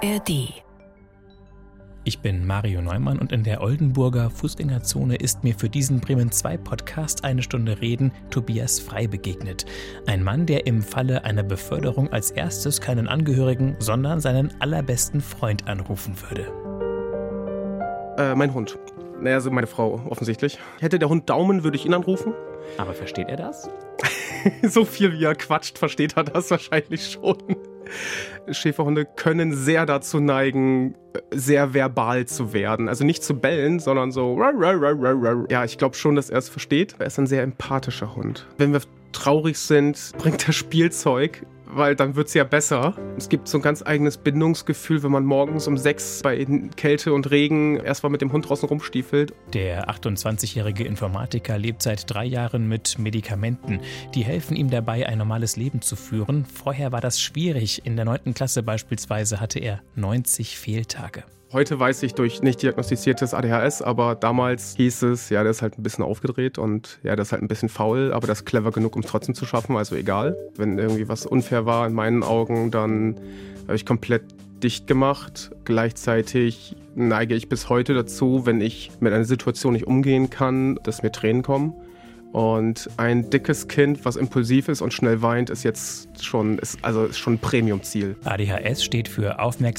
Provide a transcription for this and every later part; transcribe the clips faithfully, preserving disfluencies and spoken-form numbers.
R D. Ich bin Mario Neumann und in der Oldenburger Fußgängerzone ist mir für diesen Bremen zwei Podcast eine Stunde Reden Tobias Frei begegnet. Ein Mann, der im Falle einer Beförderung als erstes keinen Angehörigen, sondern seinen allerbesten Freund anrufen würde. Äh, mein Hund. Naja, also meine Frau offensichtlich. Hätte der Hund Daumen, würde ich ihn anrufen. Aber versteht er das? So viel wie er quatscht, versteht er das wahrscheinlich schon. Schäferhunde können sehr dazu neigen, sehr verbal zu werden. Also nicht zu bellen, sondern so... Ja, ich glaube schon, dass er es versteht. Er ist ein sehr empathischer Hund. Wenn wir traurig sind, bringt er Spielzeug, weil dann wird es ja besser. Es gibt so ein ganz eigenes Bindungsgefühl, wenn man morgens um sechs bei Kälte und Regen erstmal mit dem Hund draußen rumstiefelt. Der achtundzwanzigjährige Informatiker lebt seit drei Jahren mit Medikamenten. Die helfen ihm dabei, ein normales Leben zu führen. Vorher war das schwierig. In der neunten Klasse beispielsweise hatte er neunzig Fehltage. Heute weiß ich durch nicht diagnostiziertes A D H S, aber damals hieß es, ja, der ist halt ein bisschen aufgedreht und ja, der ist halt ein bisschen faul, aber der ist clever genug, um es trotzdem zu schaffen, also egal. Wenn irgendwie was unfair war in meinen Augen, dann habe ich komplett dicht gemacht. Gleichzeitig neige ich bis heute dazu, wenn ich mit einer Situation nicht umgehen kann, dass mir Tränen kommen. Und ein dickes Kind, was impulsiv ist und schnell weint, ist jetzt schon, ist, also ist schon ein Premium-Ziel. A D H S steht für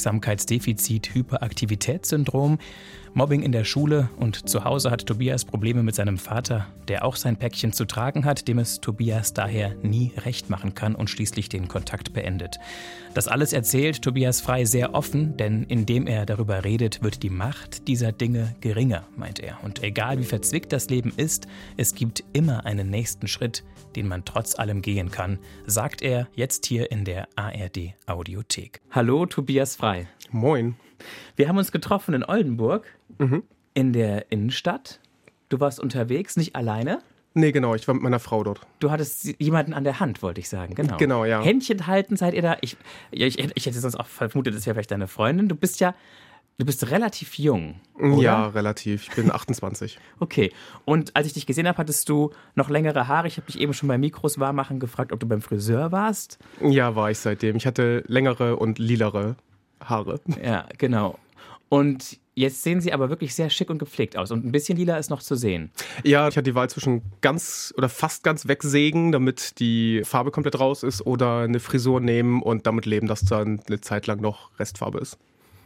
Aufmerksamkeitsdefizit-Hyperaktivitätssyndrom. Mobbing in der Schule und zu Hause hat Tobias Probleme mit seinem Vater, der auch sein Päckchen zu tragen hat, dem es Tobias daher nie recht machen kann und schließlich den Kontakt beendet. Das alles erzählt Tobias Frei sehr offen, denn indem er darüber redet, wird die Macht dieser Dinge geringer, meint er. Und egal wie verzwickt das Leben ist, es gibt immer einen nächsten Schritt, den man trotz allem gehen kann, sagt er jetzt hier in der A R D Audiothek. Hallo Tobias Frei. Moin. Wir haben uns getroffen in Oldenburg, mhm. in der Innenstadt. Du warst unterwegs, nicht alleine? Nee, genau, ich war mit meiner Frau dort. Du hattest jemanden an der Hand, wollte ich sagen, genau. Genau, ja. Händchen halten seid ihr da? Ich, ich, ich hätte sonst auch vermutet, das ist ja vielleicht deine Freundin. Du bist ja, du bist relativ jung, oder? Ja, relativ. Ich bin achtundzwanzig. Okay, und als ich dich gesehen habe, hattest du noch längere Haare. Ich habe dich eben schon bei Mikros warmmachen gefragt, ob du beim Friseur warst. Ja, war ich seitdem. Ich hatte längere und lilere Haare. Ja, genau. Und jetzt sehen sie aber wirklich sehr schick und gepflegt aus. Und ein bisschen lila ist noch zu sehen. Ja, ich hatte die Wahl zwischen ganz oder fast ganz wegsägen, damit die Farbe komplett raus ist, oder eine Frisur nehmen und damit leben, dass dann eine Zeit lang noch Restfarbe ist.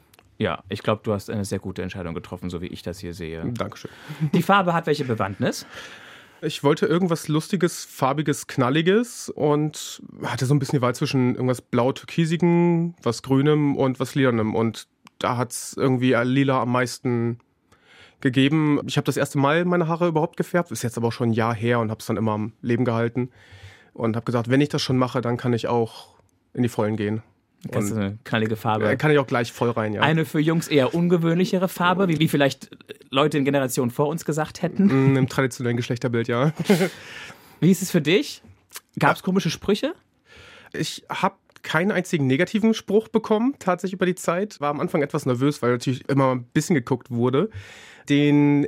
Ja, ich glaube, du hast eine sehr gute Entscheidung getroffen, so wie ich das hier sehe. Dankeschön. Die Farbe hat welche Bewandtnis? Ich wollte irgendwas Lustiges, Farbiges, Knalliges und hatte so ein bisschen die Wahl zwischen irgendwas blau-türkisigen, was Grünem und was Lilanem. Und da hat es irgendwie lila am meisten gegeben. Ich habe das erste Mal meine Haare überhaupt gefärbt, ist jetzt aber auch schon ein Jahr her und habe es dann immer am Leben gehalten. Und habe gesagt, wenn ich das schon mache, dann kann ich auch in die Vollen gehen. Kannst du eine knallige Farbe. Kann ich auch gleich voll rein, ja. Eine für Jungs eher ungewöhnlichere Farbe, wie, wie vielleicht Leute in Generationen vor uns gesagt hätten. Im traditionellen Geschlechterbild, ja. Wie ist es für dich? Gab es komische Sprüche? Ich habe keinen einzigen negativen Spruch bekommen, tatsächlich über die Zeit. War am Anfang etwas nervös, weil natürlich immer ein bisschen geguckt wurde. Den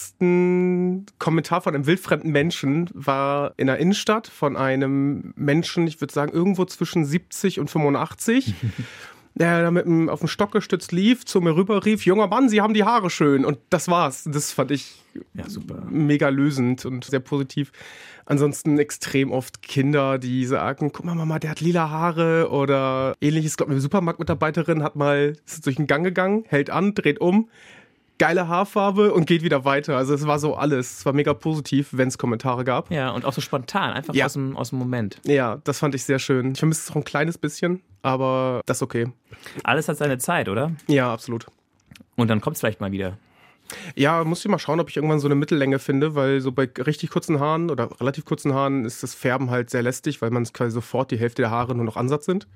ersten Kommentar von einem wildfremden Menschen war in der Innenstadt von einem Menschen, ich würde sagen irgendwo zwischen siebzig und fünfundachtzig, der da mit dem, auf dem Stock gestützt lief, zu mir rüber rief, junger Mann, Sie haben die Haare schön. Und das war's. Das fand ich ja, super. Mega lösend und sehr positiv. Ansonsten extrem oft Kinder, die sagen, guck mal Mama, der hat lila Haare oder ähnliches. Ich glaube, eine Supermarktmitarbeiterin hat mal, ist durch den Gang gegangen, hält an, dreht um, geile Haarfarbe und geht wieder weiter. Also es war so alles. Es war mega positiv, wenn es Kommentare gab. Ja, und auch so spontan, einfach ja. aus dem, aus dem Moment. Ja, das fand ich sehr schön. Ich vermisse es auch ein kleines bisschen, aber das ist okay. Alles hat seine Zeit, oder? Ja, absolut. Und dann kommt es vielleicht mal wieder. Ja, muss ich mal schauen, ob ich irgendwann so eine Mittellänge finde, weil so bei richtig kurzen Haaren oder relativ kurzen Haaren ist das Färben halt sehr lästig, weil man es quasi sofort die Hälfte der Haare nur noch Ansatz sind.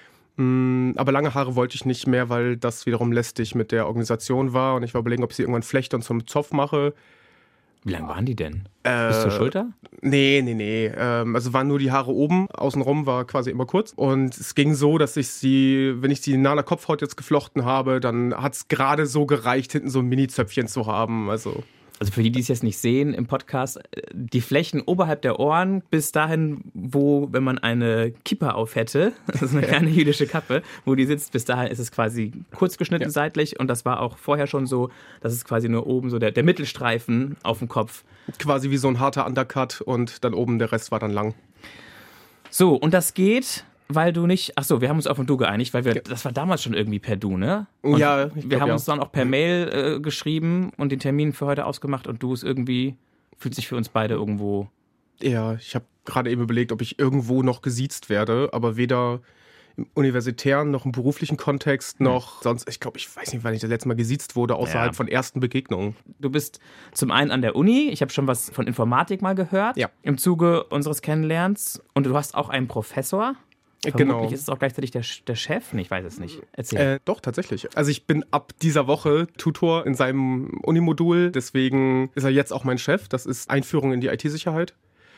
Aber lange Haare wollte ich nicht mehr, weil das wiederum lästig mit der Organisation war. Und ich war überlegen, ob ich sie irgendwann flechte und zum Zopf mache. Wie lang waren die denn? Äh, Bis zur Schulter? Nee, nee, nee. Ähm, also waren nur die Haare oben. Außenrum war quasi immer kurz. Und es ging so, dass ich sie, wenn ich sie nah an der Kopfhaut jetzt geflochten habe, dann hat es gerade so gereicht, hinten so ein Mini-Zöpfchen zu haben. Also also für die, die es jetzt nicht sehen im Podcast, die Flächen oberhalb der Ohren bis dahin, wo, wenn man eine Kippa auf hätte, das ist eine kleine jüdische Kappe, wo die sitzt, bis dahin ist es quasi kurz geschnitten ja. seitlich und das war auch vorher schon so, dass es quasi nur oben so der, der Mittelstreifen auf dem Kopf. Quasi wie so ein harter Undercut und dann oben der Rest war dann lang. So, und das geht... Weil du nicht, ach so, wir haben uns auf ein Du geeinigt, weil wir, ja. das war damals schon irgendwie per Du, ne? Und ja. Ich wir glaub, haben ja. uns dann auch per Mail äh, geschrieben und den Termin für heute ausgemacht und du es irgendwie, fühlt sich für uns beide irgendwo... Ja, ich habe gerade eben überlegt, ob ich irgendwo noch gesiezt werde, aber weder im universitären noch im beruflichen Kontext noch hm. sonst, ich glaube, ich weiß nicht, wann ich das letzte Mal gesiezt wurde, außerhalb ja. von ersten Begegnungen. Du bist zum einen an der Uni, ich habe schon was von Informatik mal gehört, ja. im Zuge unseres Kennenlernens und du hast auch einen Professor. Vermutlich genau. ist es auch gleichzeitig der, der Chef? Nee, ich weiß es nicht. Erzähl. Äh, doch, tatsächlich. Also ich bin ab dieser Woche Tutor in seinem Unimodul, deswegen ist er jetzt auch mein Chef. Das ist Einführung in die I T-Sicherheit.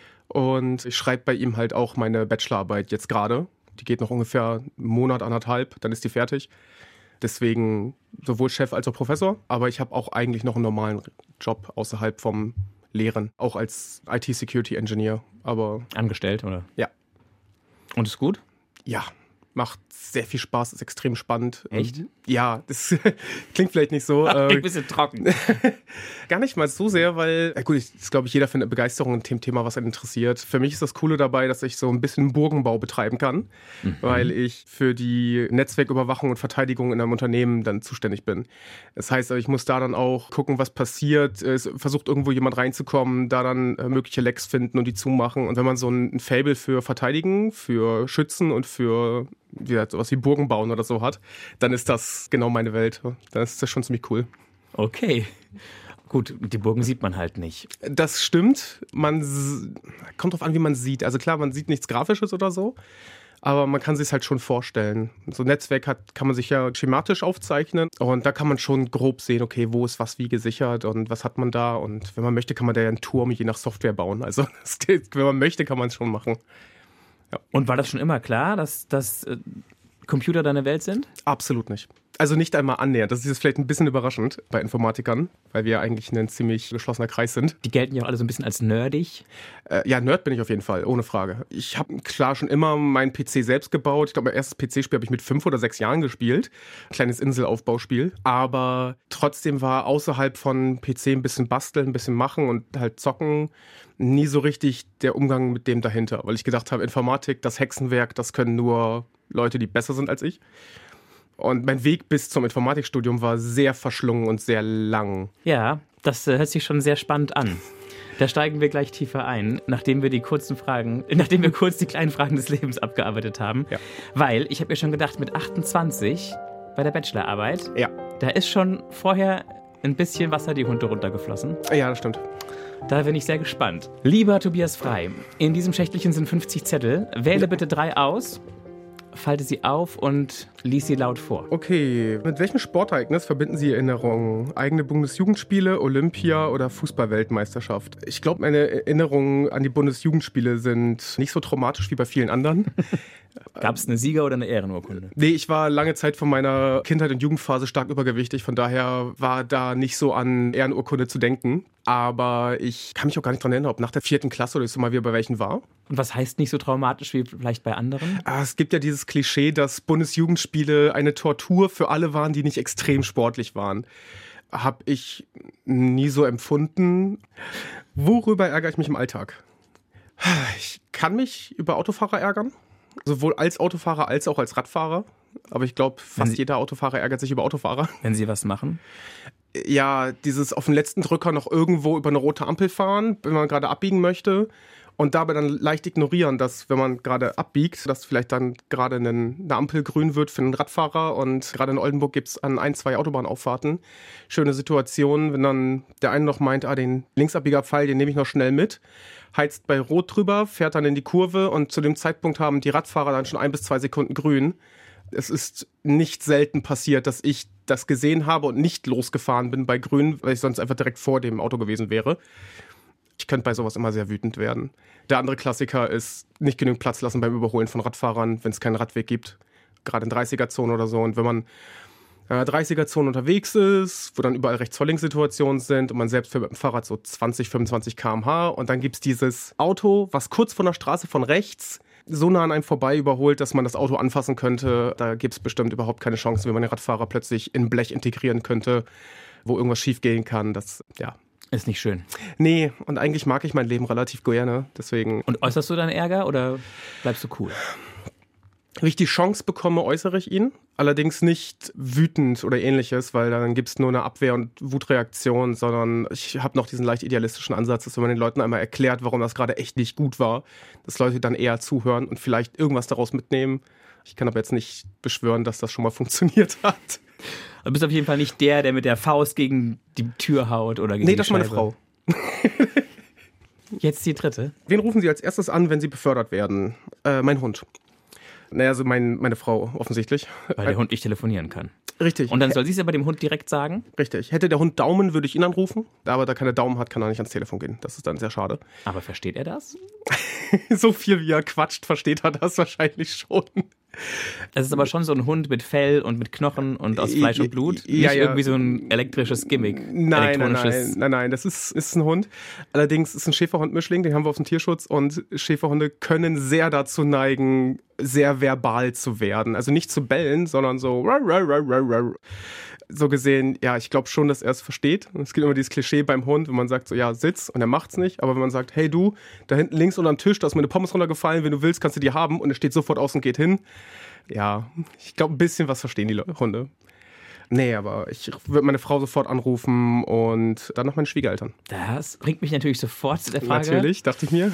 Und ich schreibe bei ihm halt auch meine Bachelorarbeit jetzt gerade. Die geht noch ungefähr einen Monat, anderthalb, dann ist die fertig. Deswegen sowohl Chef als auch Professor. Aber ich habe auch eigentlich noch einen normalen Job außerhalb vom Lehren. Auch als I T-Security-Engineer. Aber angestellt, oder? Ja. Und ist gut? Ja, macht sehr viel Spaß, ist extrem spannend. Echt? Ja, das klingt vielleicht nicht so. Ach, ein bisschen trocken. Gar nicht mal so sehr, weil, ja gut, das ist, glaube ich, jeder findet Begeisterung in dem Thema, was einen interessiert. Für mich ist das Coole dabei, dass ich so ein bisschen Burgenbau betreiben kann, mhm. weil ich für die Netzwerküberwachung und Verteidigung in einem Unternehmen dann zuständig bin. Das heißt, ich muss da dann auch gucken, was passiert. Es versucht irgendwo jemand reinzukommen, da dann mögliche Lecks finden und die zumachen. Und wenn man so ein Faible für Verteidigen, für Schützen und für wie gesagt, sowas wie Burgen bauen oder so hat, dann ist das genau meine Welt. Dann ist das schon ziemlich cool. Okay. Gut, die Burgen sieht man halt nicht. Das stimmt. Man s- kommt drauf an, wie man sieht. Also klar, man sieht nichts Grafisches oder so, aber man kann sich halt schon vorstellen. So ein Netzwerk hat, kann man sich ja schematisch aufzeichnen und da kann man schon grob sehen, okay, wo ist was wie gesichert und was hat man da und wenn man möchte, kann man da ja einen Turm je nach Software bauen. Also das geht, wenn man möchte, kann man es schon machen. Ja. Und war das schon immer klar, dass, dass äh, Computer deine Welt sind? Absolut nicht. Also nicht einmal annähernd. Das ist jetzt vielleicht ein bisschen überraschend bei Informatikern, weil wir ja eigentlich ein ziemlich geschlossener Kreis sind. Die gelten ja auch alle so ein bisschen als nerdig. Äh, ja, Nerd bin ich auf jeden Fall, ohne Frage. Ich habe klar schon immer meinen P C selbst gebaut. Ich glaube, mein erstes P C-Spiel habe ich mit fünf oder sechs Jahren gespielt. Kleines Inselaufbauspiel. Aber trotzdem war außerhalb von P C ein bisschen basteln, ein bisschen machen und halt zocken nie so richtig der Umgang mit dem dahinter. Weil ich gedacht habe, Informatik, das Hexenwerk, das können nur Leute, die besser sind als ich. Und mein Weg bis zum Informatikstudium war sehr verschlungen und sehr lang. Ja, das äh, hört sich schon sehr spannend an. Da steigen wir gleich tiefer ein, nachdem wir die kurzen Fragen, nachdem wir kurz die kleinen Fragen des Lebens abgearbeitet haben. Ja. Weil ich habe mir schon gedacht, mit achtundzwanzig bei der Bachelorarbeit, ja. da ist schon vorher ein bisschen Wasser die Hunde runtergeflossen. Ja, das stimmt. Da bin ich sehr gespannt. Lieber Tobias Frey, in diesem Schächtelchen sind fünfzig Zettel. Wähle bitte drei aus, falte sie auf und lies sie laut vor. Okay, mit welchem Sportereignis verbinden Sie Erinnerungen? Eigene Bundesjugendspiele, Olympia oder Fußball-Weltmeisterschaft? Ich glaube, meine Erinnerungen an die Bundesjugendspiele sind nicht so traumatisch wie bei vielen anderen. Gab es eine Sieger- oder eine Ehrenurkunde? Nee, ich war lange Zeit von meiner Kindheit und Jugendphase stark übergewichtig. Von daher war da nicht so an Ehrenurkunde zu denken. Aber ich kann mich auch gar nicht dran erinnern, ob nach der vierten Klasse oder so mal wieder bei welchen war. Und was heißt nicht so traumatisch wie vielleicht bei anderen? Es gibt ja dieses Klischee, dass Bundesjugendspiele eine Tortur für alle waren, die nicht extrem sportlich waren. Habe ich nie so empfunden. Worüber ärgere ich mich im Alltag? Ich kann mich über Autofahrer ärgern. Sowohl als Autofahrer als auch als Radfahrer. Aber ich glaube, fast Sie, jeder Autofahrer ärgert sich über Autofahrer. Wenn sie was machen? Ja, dieses auf den letzten Drücker noch irgendwo über eine rote Ampel fahren, wenn man gerade abbiegen möchte. Und dabei dann leicht ignorieren, dass, wenn man gerade abbiegt, dass vielleicht dann gerade eine Ampel grün wird für einen Radfahrer. Und gerade in Oldenburg gibt es an ein, zwei Autobahnauffahrten schöne Situationen, wenn dann der eine noch meint, ah, den Linksabbiegerpfeil, den nehme ich noch schnell mit, heizt bei Rot drüber, fährt dann in die Kurve und zu dem Zeitpunkt haben die Radfahrer dann schon ein bis zwei Sekunden grün. Es ist nicht selten passiert, dass ich das gesehen habe und nicht losgefahren bin bei grün, weil ich sonst einfach direkt vor dem Auto gewesen wäre. Ich könnte bei sowas immer sehr wütend werden. Der andere Klassiker ist, nicht genügend Platz lassen beim Überholen von Radfahrern, wenn es keinen Radweg gibt. Gerade in dreißiger-Zone oder so. Und wenn man äh, dreißiger-Zone unterwegs ist, wo dann überall Rechts-vor-links-Situationen sind und man selbst fährt mit dem Fahrrad so zwanzig, fünfundzwanzig Kilometer pro Stunde und dann gibt es dieses Auto, was kurz vor der Straße von rechts so nah an einem vorbei überholt, dass man das Auto anfassen könnte. Da gibt es bestimmt überhaupt keine Chance, wenn man den Radfahrer plötzlich in Blech integrieren könnte, wo irgendwas schief gehen kann. Das, ja. Ist nicht schön. Nee, und eigentlich mag ich mein Leben relativ gerne, deswegen... Und äußerst du deinen Ärger oder bleibst du cool? Wenn ich die Chance bekomme, äußere ich ihn. Allerdings nicht wütend oder ähnliches, weil dann gibt es nur eine Abwehr- und Wutreaktion, sondern ich habe noch diesen leicht idealistischen Ansatz, dass wenn man den Leuten einmal erklärt, warum das gerade echt nicht gut war, dass Leute dann eher zuhören und vielleicht irgendwas daraus mitnehmen. Ich kann aber jetzt nicht beschwören, dass das schon mal funktioniert hat. Du bist auf jeden Fall nicht der, der mit der Faust gegen die Tür haut oder gegen nee, die das ist meine Scheibe. Frau. Jetzt die dritte. Wen rufen Sie als erstes an, wenn Sie befördert werden? Äh, mein Hund. Naja, also mein, meine Frau offensichtlich. Weil der Hund nicht telefonieren kann. Richtig. Und dann soll sie es aber dem Hund direkt sagen? Richtig. Hätte der Hund Daumen, würde ich ihn anrufen. Aber da keine Daumen hat, kann er nicht ans Telefon gehen. Das ist dann sehr schade. Aber versteht er das? So viel wie er quatscht, versteht er das wahrscheinlich schon. Es ist aber schon so ein Hund mit Fell und mit Knochen und aus Fleisch und Blut. Ja, nicht ja. irgendwie so ein elektrisches Gimmick. Nein, nein, elektronisches. nein, nein, nein, das ist, ist ein Hund. Allerdings ist es ein Schäferhund-Mischling, den haben wir aus dem Tierschutz und Schäferhunde können sehr dazu neigen, sehr verbal zu werden. Also nicht zu bellen, sondern so so gesehen, ja, ich glaube schon, dass er es versteht. Es gibt immer dieses Klischee beim Hund, wenn man sagt so, ja, sitz und er macht's nicht. Aber wenn man sagt, hey du, da hinten links unterm Tisch, da ist mir eine Pommes runtergefallen, wenn du willst, kannst du die haben und er steht sofort aus und geht hin. Ja, ich glaube, ein bisschen was verstehen die Le- Hunde. Nee, aber ich würde meine Frau sofort anrufen und dann noch meine Schwiegereltern. Das bringt mich natürlich sofort zu der Frage. Natürlich, dachte ich mir.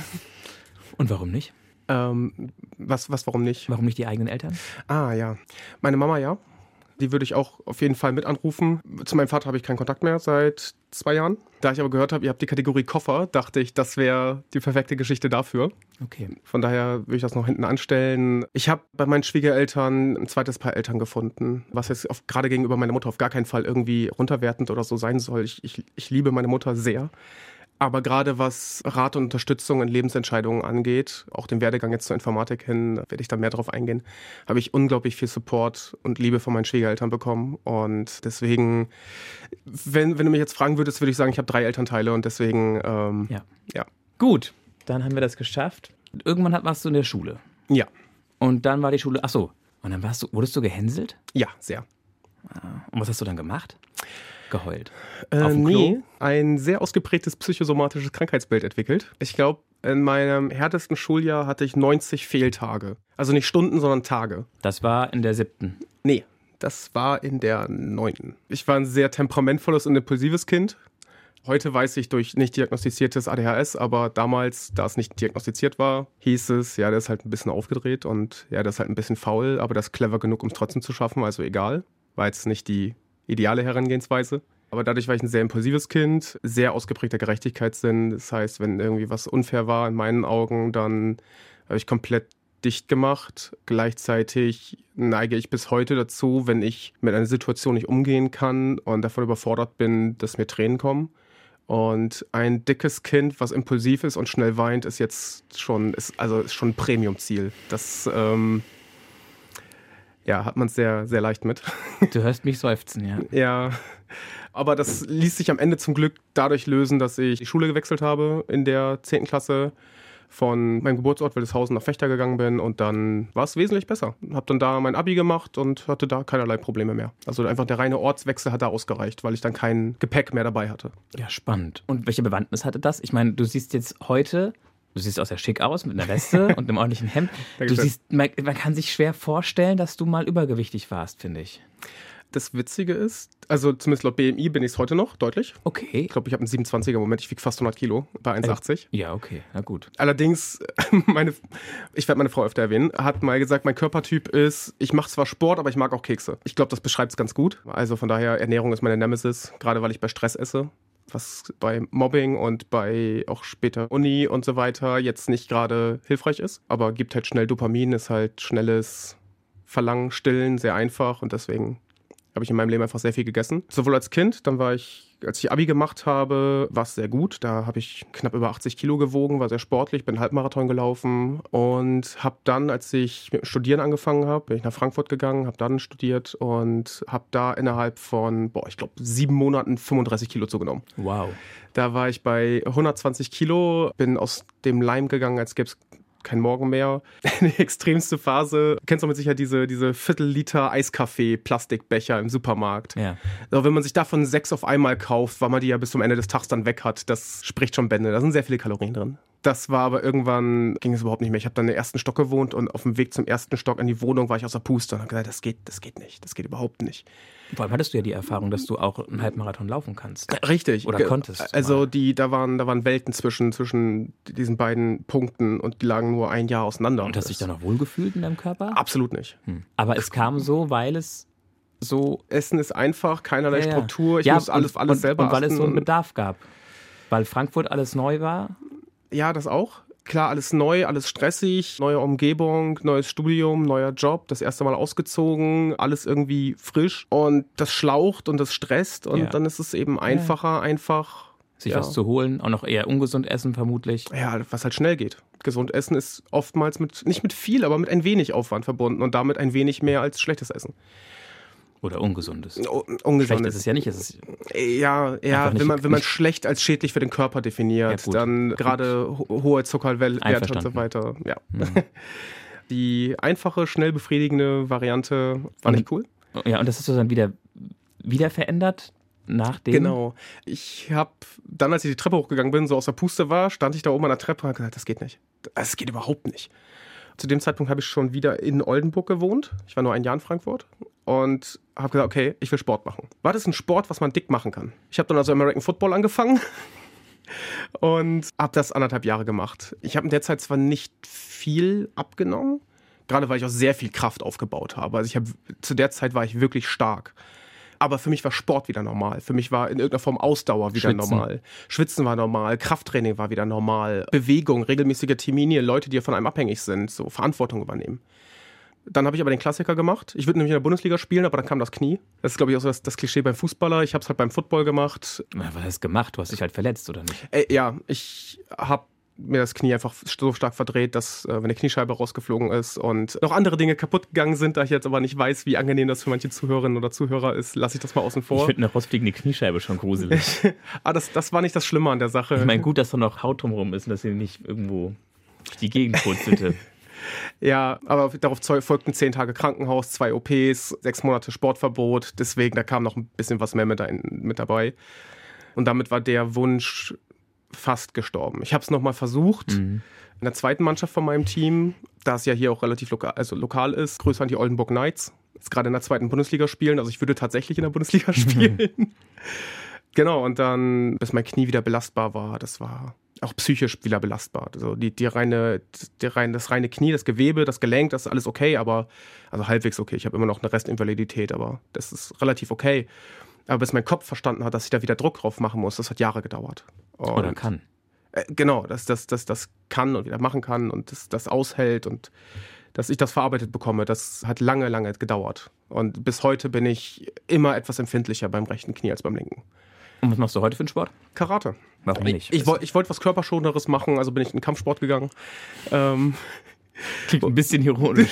Und warum nicht? Ähm, was, was, warum nicht? Warum nicht die eigenen Eltern? Ah, ja. Meine Mama, ja. Die würde ich auch auf jeden Fall mit anrufen. Zu meinem Vater habe ich keinen Kontakt mehr seit zwei Jahren. Da ich aber gehört habe, ihr habt die Kategorie Koffer, dachte ich, das wäre die perfekte Geschichte dafür. Okay. Von daher würde ich das noch hinten anstellen. Ich habe bei meinen Schwiegereltern ein zweites Paar Eltern gefunden, was jetzt auf, gerade gegenüber meiner Mutter auf gar keinen Fall irgendwie runterwertend oder so sein soll. Ich, ich, ich liebe meine Mutter sehr. Aber gerade was Rat und Unterstützung in Lebensentscheidungen angeht, auch den Werdegang jetzt zur Informatik hin, werde ich da mehr drauf eingehen, habe ich unglaublich viel Support und Liebe von meinen Schwiegereltern bekommen. Und deswegen, wenn, wenn du mich jetzt fragen würdest, würde ich sagen, ich habe drei Elternteile und deswegen, ähm, Ja. ja. Gut, dann haben wir das geschafft. Irgendwann hat- warst du in der Schule. Ja, Und dann war die Schule, ach so, und dann warst du, wurdest du gehänselt? ja, sehr. Und was hast du dann gemacht? Geheult. Äh, Auf dem nee, Klo? ein sehr ausgeprägtes psychosomatisches Krankheitsbild entwickelt. Ich glaube, in meinem härtesten Schuljahr hatte ich neunzig Fehltage. Also nicht Stunden, sondern Tage. Das war in der siebten. Nee, das war in der neunten. Ich war ein sehr temperamentvolles und impulsives Kind. Heute weiß ich durch nicht diagnostiziertes A D H S, aber damals, da es nicht diagnostiziert war, hieß es, ja, der ist halt ein bisschen aufgedreht und ja, der ist halt ein bisschen faul, aber der ist clever genug, um es trotzdem zu schaffen, also egal. War jetzt nicht die ideale Herangehensweise. Aber dadurch war ich ein sehr impulsives Kind, sehr ausgeprägter Gerechtigkeitssinn. Das heißt, wenn irgendwie was unfair war in meinen Augen, dann habe ich komplett dicht gemacht. Gleichzeitig neige ich bis heute dazu, wenn ich mit einer Situation nicht umgehen kann und davon überfordert bin, dass mir Tränen kommen. Und ein dickes Kind, was impulsiv ist und schnell weint, ist jetzt schon, ist, also ist schon ein Premium-Ziel. Das ähm, ja, hat man es sehr, sehr leicht mit. Du hörst mich seufzen, ja. Ja, aber das ließ sich am Ende zum Glück dadurch lösen, dass ich die Schule gewechselt habe in der zehnten Klasse, von meinem Geburtsort Wildeshausen nach Vechta gegangen bin und dann war es wesentlich besser. Hab dann da mein Abi gemacht und hatte da keinerlei Probleme mehr. Also einfach der reine Ortswechsel hat da ausgereicht, weil ich dann kein Gepäck mehr dabei hatte. Ja, spannend. Und welche Bewandtnis hatte das? Ich meine, du siehst jetzt heute, du siehst auch sehr schick aus mit einer Weste und einem ordentlichen Hemd. Du siehst, man, man kann sich schwer vorstellen, dass du mal übergewichtig warst, finde ich. Das Witzige ist, also zumindest laut B M I bin ich es heute noch, deutlich. Okay. Ich glaube, ich habe einen siebenundzwanziger im Moment, ich wiege fast hundert Kilo bei eins Komma achtzig. Ja, okay, na gut. Allerdings, meine, ich werde meine Frau öfter erwähnen, hat mal gesagt, mein Körpertyp ist, ich mache zwar Sport, aber ich mag auch Kekse. Ich glaube, das beschreibt es ganz gut. Also von daher, Ernährung ist meine Nemesis, gerade weil ich bei Stress esse. Was bei Mobbing und bei auch später Uni und so weiter jetzt nicht gerade hilfreich ist. Aber gibt halt schnell Dopamin, ist halt schnelles Verlangen, Stillen, sehr einfach und deswegen Habe ich in meinem Leben einfach sehr viel gegessen. Sowohl als Kind, dann war ich, als ich Abi gemacht habe, war es sehr gut. Da habe ich knapp über achtzig Kilo gewogen, war sehr sportlich, bin Halbmarathon gelaufen und habe dann, als ich mit dem Studieren angefangen habe, bin ich nach Frankfurt gegangen, habe dann studiert und habe da innerhalb von, boah, ich glaube, sieben Monaten fünfunddreißig Kilo zugenommen. Wow. Da war ich bei hundertzwanzig Kilo, bin aus dem Leim gegangen, als gäbe es kein Morgen mehr. Die extremste Phase. Du kennst doch mit Sicherheit diese, diese Viertel-Liter Eiskaffee-Plastikbecher im Supermarkt. Ja. Also wenn man sich davon sechs auf einmal kauft, weil man die ja bis zum Ende des Tages dann weg hat, das spricht schon Bände. Da sind sehr viele Kalorien drin. Das war aber irgendwann, ging es überhaupt nicht mehr. Ich habe dann im ersten Stock gewohnt und auf dem Weg zum ersten Stock in die Wohnung war ich außer Puste und habe gesagt, das geht, das geht nicht. Das geht überhaupt nicht. Vor allem hattest du ja die Erfahrung, dass du auch einen Halbmarathon laufen kannst. Richtig. Oder konntest. Also die, da waren, da waren Welten zwischen, zwischen diesen beiden Punkten und die lagen nur ein Jahr auseinander. Und hast du dich da noch wohlgefühlt in deinem Körper? Absolut nicht. Hm. Aber es kam so, weil es so... Essen ist einfach, keinerlei ja, ja. Struktur. Ich ja, muss alles, und, alles und, selber Und weil achten. es so einen Bedarf gab. Weil Frankfurt alles neu war. Ja, das auch. Klar, alles neu, alles stressig, neue Umgebung, neues Studium, neuer Job, das erste Mal ausgezogen, alles irgendwie frisch und das schlaucht und das stresst und ja. dann ist es eben einfacher, ja. einfach sich ja. was zu holen, auch noch eher ungesund essen vermutlich. Ja, was halt schnell geht. Gesund essen ist oftmals mit, nicht mit viel, aber mit ein wenig Aufwand verbunden und damit ein wenig mehr als schlechtes Essen. Oder ungesundes. Oh, ungesundes. Schlecht ist es ja nicht. Es ist ja, ja wenn, man, wenn man schlecht als schädlich für den Körper definiert, ja, dann gerade ho- hohe Zuckerwerte und so weiter. Ja. Mhm. Die einfache, schnell befriedigende Variante war und, nicht cool. Ja, und das hast du dann wieder, wieder verändert nach dem? Genau. Ich habe dann, als ich die Treppe hochgegangen bin, so aus der Puste war, stand ich da oben an der Treppe und habe gesagt, das geht nicht. Das geht überhaupt nicht. Zu dem Zeitpunkt habe ich schon wieder in Oldenburg gewohnt. Ich war nur ein Jahr in Frankfurt und habe gesagt, okay, ich will Sport machen. War das ein Sport, was man dick machen kann? Ich habe dann also American Football angefangen und habe das anderthalb Jahre gemacht. Ich habe in der Zeit zwar nicht viel abgenommen, gerade weil ich auch sehr viel Kraft aufgebaut habe. Also ich habe, zu der Zeit war ich wirklich stark. Aber für mich war Sport wieder normal. Für mich war in irgendeiner Form Ausdauer wieder Schwitzen. normal. Schwitzen war normal, Krafttraining war wieder normal. Bewegung, regelmäßige Termine, Leute, die von einem abhängig sind, so Verantwortung übernehmen. Dann habe ich aber den Klassiker gemacht. Ich würde nämlich in der Bundesliga spielen, aber dann kam das Knie. Das ist, glaube ich, auch so das, das Klischee beim Fußballer. Ich habe es halt beim Football gemacht. Was hast du gemacht? Du hast dich halt verletzt, oder nicht? Äh, ja, ich habe mir das Knie einfach so stark verdreht, dass äh, wenn die Kniescheibe rausgeflogen ist und noch andere Dinge kaputt gegangen sind, da ich jetzt aber nicht weiß, wie angenehm das für manche Zuhörerinnen oder Zuhörer ist, lasse ich das mal außen vor. Ich finde eine rausfliegende Kniescheibe schon gruselig. ah, das, das war nicht das Schlimme an der Sache. Ich meine, gut, dass da noch Haut drumherum ist und dass sie nicht irgendwo durch die Gegend purzelte. Ja, aber darauf folgten zehn Tage Krankenhaus, zwei O Ps, sechs Monate Sportverbot. Deswegen, da kam noch ein bisschen was mehr mit, ein, mit dabei. Und damit war der Wunsch fast gestorben. Ich habe es nochmal versucht. Mhm. In der zweiten Mannschaft von meinem Team, da es ja hier auch relativ lokal, also lokal ist, größer an die Oldenburg Knights. Jetzt gerade in der zweiten Bundesliga spielen. Also ich würde tatsächlich in der Bundesliga spielen. Mhm. Genau, und dann, bis mein Knie wieder belastbar war, das war auch psychisch wieder belastbar. Also die, die reine, die reine, das reine Knie, das Gewebe, das Gelenk, das ist alles okay, aber also halbwegs okay. Ich habe immer noch eine Restinvalidität, aber das ist relativ okay. Aber bis mein Kopf verstanden hat, dass ich da wieder Druck drauf machen muss, das hat Jahre gedauert. Und, Oder kann. Äh, genau, dass das, das, das kann und wieder machen kann und das, das aushält und dass ich das verarbeitet bekomme, das hat lange, lange gedauert. Und bis heute bin ich immer etwas empfindlicher beim rechten Knie als beim linken. Und was machst du heute für einen Sport? Karate. Warum nicht? Ich, ich wollte ich wollt was Körperschonenderes machen, also bin ich in den Kampfsport gegangen. Ähm, Klingt ein bisschen ironisch.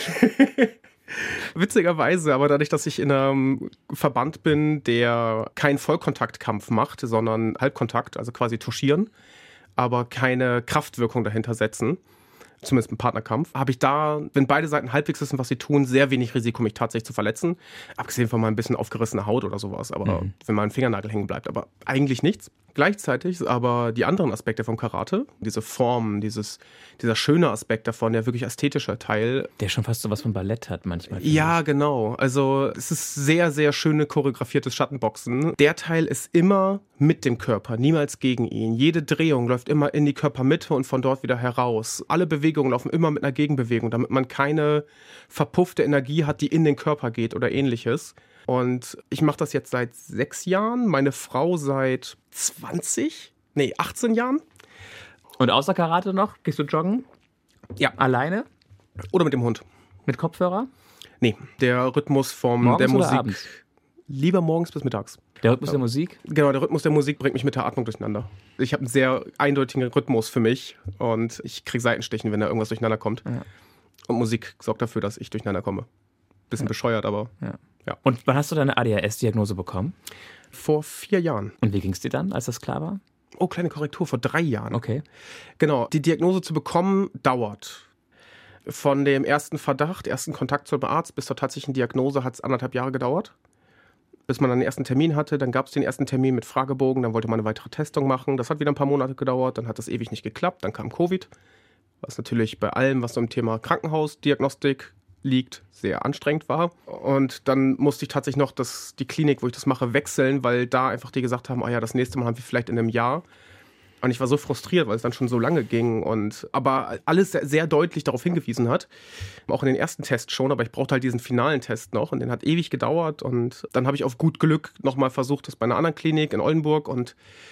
Witzigerweise, aber dadurch, dass ich in einem Verband bin, der keinen Vollkontaktkampf macht, sondern Halbkontakt, also quasi touchieren, aber keine Kraftwirkung dahinter setzen, zumindest im Partnerkampf, habe ich da, wenn beide Seiten halbwegs wissen, was sie tun, sehr wenig Risiko, mich tatsächlich zu verletzen. Abgesehen von mal ein bisschen aufgerissene Haut oder sowas, aber mhm. wenn mal ein Fingernagel hängen bleibt, aber eigentlich nichts. Gleichzeitig aber die anderen Aspekte vom Karate, diese Form, dieses, dieser schöne Aspekt davon, der wirklich ästhetische Teil. Der schon fast so was von Ballett hat manchmal. Ja, genau. Also es ist sehr, sehr schöne choreografiertes Schattenboxen. Der Teil ist immer mit dem Körper, niemals gegen ihn. Jede Drehung läuft immer in die Körpermitte und von dort wieder heraus. Alle Bewegungen laufen immer mit einer Gegenbewegung, damit man keine verpuffte Energie hat, die in den Körper geht oder ähnliches. Und ich mache das jetzt seit sechs Jahren, meine Frau seit zwanzig, nee, achtzehn Jahren. Und außer Karate noch? Gehst du joggen? Ja. Alleine? Oder mit dem Hund. Mit Kopfhörer? Nee, der Rhythmus vom Morgens der oder Musik. Abends? Lieber morgens bis mittags. Der Rhythmus der Musik? Genau, der Rhythmus der Musik bringt mich mit der Atmung durcheinander. Ich habe einen sehr eindeutigen Rhythmus für mich und ich kriege Seitenstichen, wenn da irgendwas durcheinander kommt. Ja. Und Musik sorgt dafür, dass ich durcheinander komme. Bisschen ja. bescheuert, aber ja. ja. Und wann hast du deine A D H S-Diagnose bekommen? Vor vier Jahren. Und wie ging es dir dann, als das klar war? Oh, kleine Korrektur, vor drei Jahren. Okay. Genau, die Diagnose zu bekommen dauert. Von dem ersten Verdacht, ersten Kontakt zum Arzt bis zur tatsächlichen Diagnose hat es anderthalb Jahre gedauert. Bis man dann den ersten Termin hatte, dann gab es den ersten Termin mit Fragebogen, dann wollte man eine weitere Testung machen. Das hat wieder ein paar Monate gedauert, dann hat das ewig nicht geklappt, dann kam Covid, was natürlich bei allem, was so im Thema Krankenhausdiagnostik liegt, sehr anstrengend war. Und dann musste ich tatsächlich noch das, die Klinik, wo ich das mache, wechseln, weil da einfach die gesagt haben, ah ja, das nächste Mal haben wir vielleicht in einem Jahr. Und ich war so frustriert, weil es dann schon so lange ging und aber alles sehr, sehr deutlich darauf hingewiesen hat. Auch in den ersten Tests schon, aber ich brauchte halt diesen finalen Test noch und den hat ewig gedauert. Und dann habe ich auf gut Glück nochmal versucht, das bei einer anderen Klinik in Oldenburg, und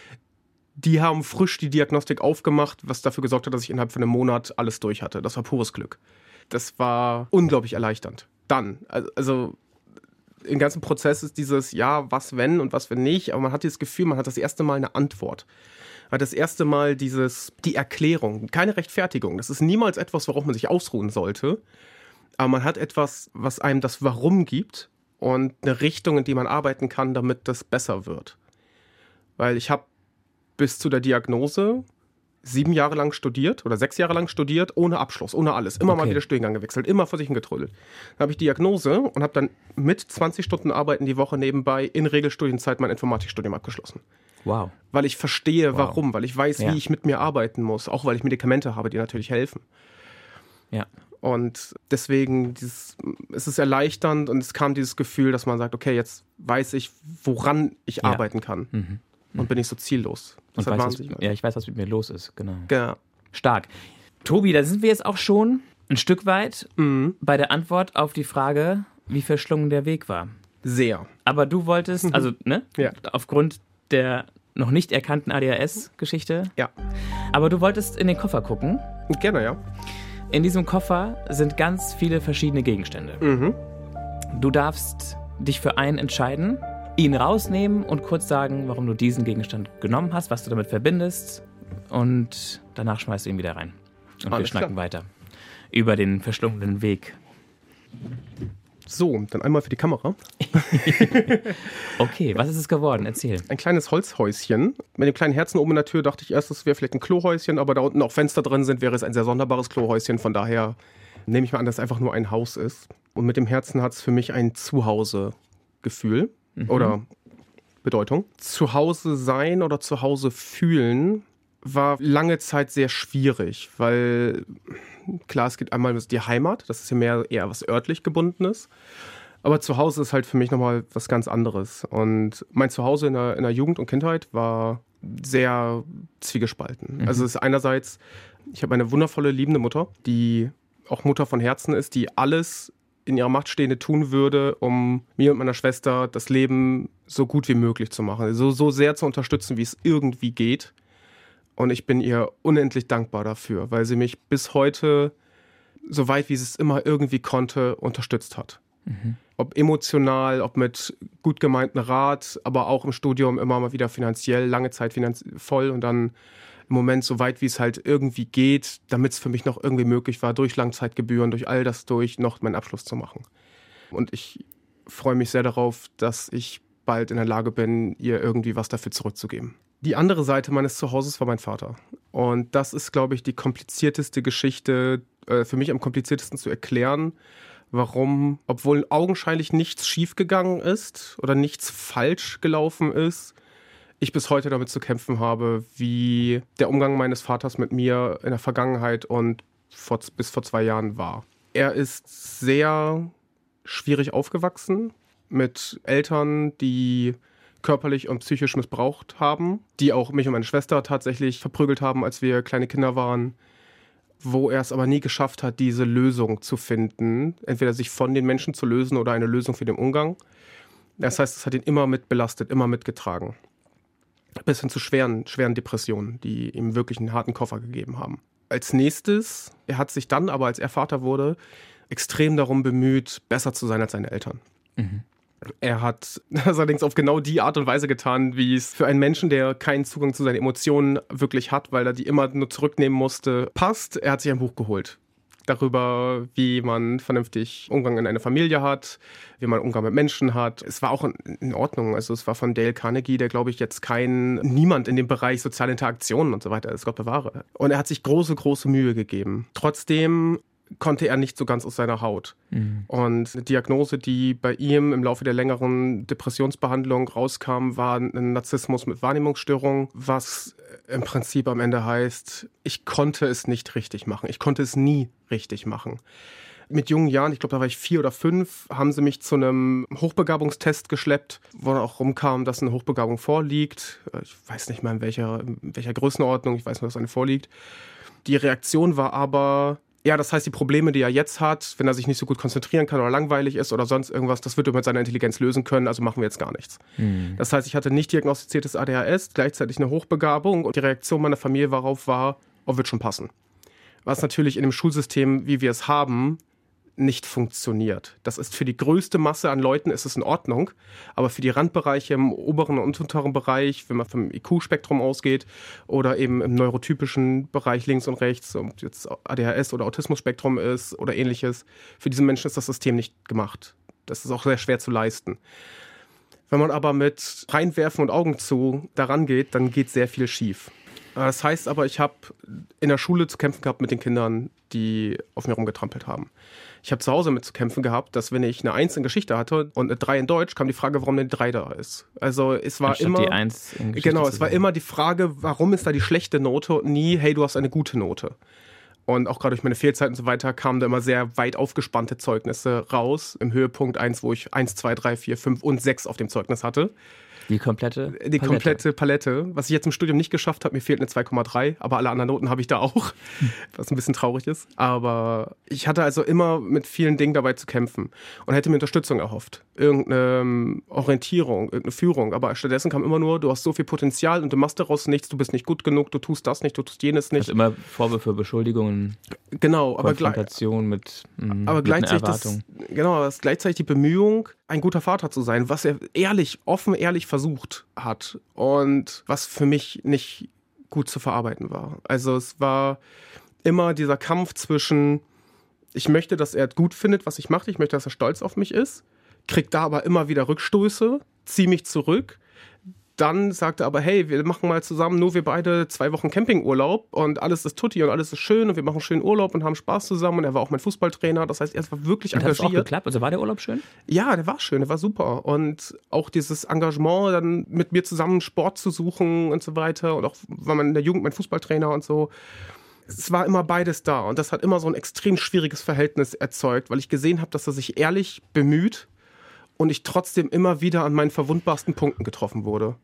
die haben frisch die Diagnostik aufgemacht, was dafür gesorgt hat, dass ich innerhalb von einem Monat alles durch hatte. Das war pures Glück. Das war unglaublich erleichternd. Dann, also im ganzen Prozess ist dieses, ja, was wenn und was wenn nicht, aber man hat dieses Gefühl, man hat das erste Mal eine Antwort. Man hat das erste Mal dieses, die Erklärung, keine Rechtfertigung. Das ist niemals etwas, worauf man sich ausruhen sollte, aber man hat etwas, was einem das Warum gibt und eine Richtung, in die man arbeiten kann, damit das besser wird. Weil ich habe bis zu der Diagnose sieben Jahre lang studiert oder sechs Jahre lang studiert, ohne Abschluss, ohne alles. Immer okay. mal wieder Studiengang gewechselt, immer vor sich hingetrödelt. Dann habe ich Diagnose und habe dann mit zwanzig Stunden Arbeiten die Woche nebenbei in Regelstudienzeit mein Informatikstudium abgeschlossen. Wow. Weil ich verstehe, wow. warum, weil ich weiß, ja. wie ich mit mir arbeiten muss, auch weil ich Medikamente habe, die natürlich helfen. Ja. Und deswegen dieses, es ist erleichternd und es kam dieses Gefühl, dass man sagt, okay, jetzt weiß ich, woran ich ja. arbeiten kann. Mhm. Und bin ich so ziellos. Das und weiß, was, ja, ich weiß, was mit mir los ist. Genau. Ja. Stark. Tobi, da sind wir jetzt auch schon ein Stück weit mhm. bei der Antwort auf die Frage, wie verschlungen der Weg war. Sehr. Aber du wolltest, also ne, ja. aufgrund der noch nicht erkannten A D H S-Geschichte. Ja. Aber du wolltest in den Koffer gucken. Gerne, ja. In diesem Koffer sind ganz viele verschiedene Gegenstände. Mhm. Du darfst dich für einen entscheiden, ihn rausnehmen und kurz sagen, warum du diesen Gegenstand genommen hast, was du damit verbindest, und danach schmeißt du ihn wieder rein. Und Alles wir schnacken klar. weiter über den verschlungenen Weg. So, dann einmal für die Kamera. Okay, was ist es geworden? Erzähl. Ein kleines Holzhäuschen. Mit dem kleinen Herzen oben in der Tür dachte ich erst, es wäre vielleicht ein Klohäuschen, aber da unten auch Fenster drin sind, wäre es ein sehr sonderbares Klohäuschen. Von daher nehme ich mal an, dass es einfach nur ein Haus ist. Und mit dem Herzen hat es für mich ein Zuhause-Gefühl mhm. oder Bedeutung. Zuhause sein oder Zuhause fühlen war lange Zeit sehr schwierig, weil klar, es gibt einmal die Heimat, das ist ja mehr eher was örtlich gebundenes, aber Zuhause ist halt für mich nochmal was ganz anderes. Und mein Zuhause in der, in der Jugend und Kindheit war sehr zwiegespalten. Mhm. Also es ist einerseits, ich habe eine wundervolle, liebende Mutter, die auch Mutter von Herzen ist, die alles in ihrer Macht Stehende tun würde, um mir und meiner Schwester das Leben so gut wie möglich zu machen, so, so sehr zu unterstützen, wie es irgendwie geht. Und ich bin ihr unendlich dankbar dafür, weil sie mich bis heute, so weit wie sie es immer irgendwie konnte, unterstützt hat. Mhm. Ob emotional, ob mit gut gemeinten Rat, aber auch im Studium immer mal wieder finanziell, lange Zeit finanz- voll und dann im Moment so weit wie es halt irgendwie geht, damit es für mich noch irgendwie möglich war, durch Langzeitgebühren, durch all das durch, noch meinen Abschluss zu machen. Und ich freue mich sehr darauf, dass ich bald in der Lage bin, ihr irgendwie was dafür zurückzugeben. Die andere Seite meines Zuhauses war mein Vater. Und das ist, glaube ich, die komplizierteste Geschichte, äh, für mich am kompliziertesten zu erklären, warum, obwohl augenscheinlich nichts schiefgegangen ist oder nichts falsch gelaufen ist, ich bis heute damit zu kämpfen habe, wie der Umgang meines Vaters mit mir in der Vergangenheit und vor, bis vor zwei Jahren war. Er ist sehr schwierig aufgewachsen mit Eltern, die körperlich und psychisch missbraucht haben, die auch mich und meine Schwester tatsächlich verprügelt haben, als wir kleine Kinder waren, wo er es aber nie geschafft hat, diese Lösung zu finden, entweder sich von den Menschen zu lösen oder eine Lösung für den Umgang. Das heißt, es hat ihn immer mit belastet, immer mitgetragen. Bis hin zu schweren, schweren Depressionen, die ihm wirklich einen harten Koffer gegeben haben. Als nächstes, er hat sich dann aber, als er Vater wurde, extrem darum bemüht, besser zu sein als seine Eltern. Mhm. Er hat das allerdings auf genau die Art und Weise getan, wie es für einen Menschen, der keinen Zugang zu seinen Emotionen wirklich hat, weil er die immer nur zurücknehmen musste, passt. Er hat sich ein Buch geholt darüber, wie man vernünftig Umgang in einer Familie hat, wie man Umgang mit Menschen hat. Es war auch in Ordnung. Also es war von Dale Carnegie, der, glaube ich, jetzt kein, niemand in dem Bereich soziale Interaktionen und so weiter ist, Gott bewahre. Und er hat sich große, große Mühe gegeben. Trotzdem konnte er nicht so ganz aus seiner Haut. Mhm. Und eine Diagnose, die bei ihm im Laufe der längeren Depressionsbehandlung rauskam, war ein Narzissmus mit Wahrnehmungsstörung, was im Prinzip am Ende heißt, ich konnte es nicht richtig machen. Ich konnte es nie richtig machen. Mit jungen Jahren, ich glaube, da war ich vier oder fünf, haben sie mich zu einem Hochbegabungstest geschleppt, wo dann auch rumkam, dass eine Hochbegabung vorliegt. Ich weiß nicht mal, in welcher, in welcher Größenordnung, ich weiß nur, dass eine vorliegt. Die Reaktion war aber, ja, das heißt, die Probleme, die er jetzt hat, wenn er sich nicht so gut konzentrieren kann oder langweilig ist oder sonst irgendwas, das wird er mit seiner Intelligenz lösen können, also machen wir jetzt gar nichts. Mhm. Das heißt, ich hatte nicht diagnostiziertes A D H S, gleichzeitig eine Hochbegabung und die Reaktion meiner Familie darauf war, oh, wird schon passen. Was natürlich in dem Schulsystem, wie wir es haben, nicht funktioniert. Das ist für die größte Masse an Leuten ist es in Ordnung, aber für die Randbereiche im oberen und unteren Bereich, wenn man vom I Q-Spektrum ausgeht oder eben im neurotypischen Bereich links und rechts, ob jetzt A D H S oder Autismus-Spektrum ist oder ähnliches, für diese Menschen ist das System nicht gemacht. Das ist auch sehr schwer zu leisten. Wenn man aber mit reinwerfen und Augen zu daran geht, dann geht sehr viel schief. Das heißt aber, ich habe in der Schule zu kämpfen gehabt mit den Kindern, die auf mir rumgetrampelt haben. Ich habe zu Hause mit zu kämpfen gehabt, dass wenn ich eine Eins in Geschichte hatte und eine Drei in Deutsch, kam die Frage, warum eine Drei da ist. Also es war Anstatt immer die Eins in Geschichte genau, zu es war sein. immer die Frage, warum ist da die schlechte Note und nie, hey, du hast eine gute Note. Und auch gerade durch meine Fehlzeiten und so weiter kamen da immer sehr weit aufgespannte Zeugnisse raus. Im Höhepunkt eins, wo ich eins, zwei, drei, vier, fünf und sechs auf dem Zeugnis hatte. Die komplette Die Palette. komplette Palette. Was ich jetzt im Studium nicht geschafft habe, mir fehlt eine zwei Komma drei, aber alle anderen Noten habe ich da auch, was ein bisschen traurig ist. Aber ich hatte also immer mit vielen Dingen dabei zu kämpfen und hätte mir Unterstützung erhofft. Irgendeine Orientierung, irgendeine Führung. Aber stattdessen kam immer nur, du hast so viel Potenzial und du machst daraus nichts, du bist nicht gut genug, du tust das nicht, du tust jenes nicht. Also immer Vorwürfe, Beschuldigungen, genau, aber Konfrontation mit, mh, aber mit gleichzeitig einer Erwartung. Das, genau, das ist gleichzeitig die Bemühung, ein guter Vater zu sein, was er ehrlich, offen, ehrlich versucht hat und was für mich nicht gut zu verarbeiten war. Also es war immer dieser Kampf zwischen, ich möchte, dass er gut findet, was ich mache, ich möchte, dass er stolz auf mich ist, krieg da aber immer wieder Rückstöße, ziehe mich zurück. Dann sagt er aber, hey, wir machen mal zusammen, nur wir beide zwei Wochen Campingurlaub und alles ist tutti und alles ist schön und wir machen schönen Urlaub und haben Spaß zusammen und er war auch mein Fußballtrainer, das heißt, er war wirklich und engagiert. Hat es auch geklappt? Also war der Urlaub schön? Ja, der war schön, der war super und auch dieses Engagement, dann mit mir zusammen Sport zu suchen und so weiter und auch war man in der Jugend mein Fußballtrainer und so. Es war immer beides da und das hat immer so ein extrem schwieriges Verhältnis erzeugt, weil ich gesehen habe, dass er sich ehrlich bemüht und ich trotzdem immer wieder an meinen verwundbarsten Punkten getroffen wurde.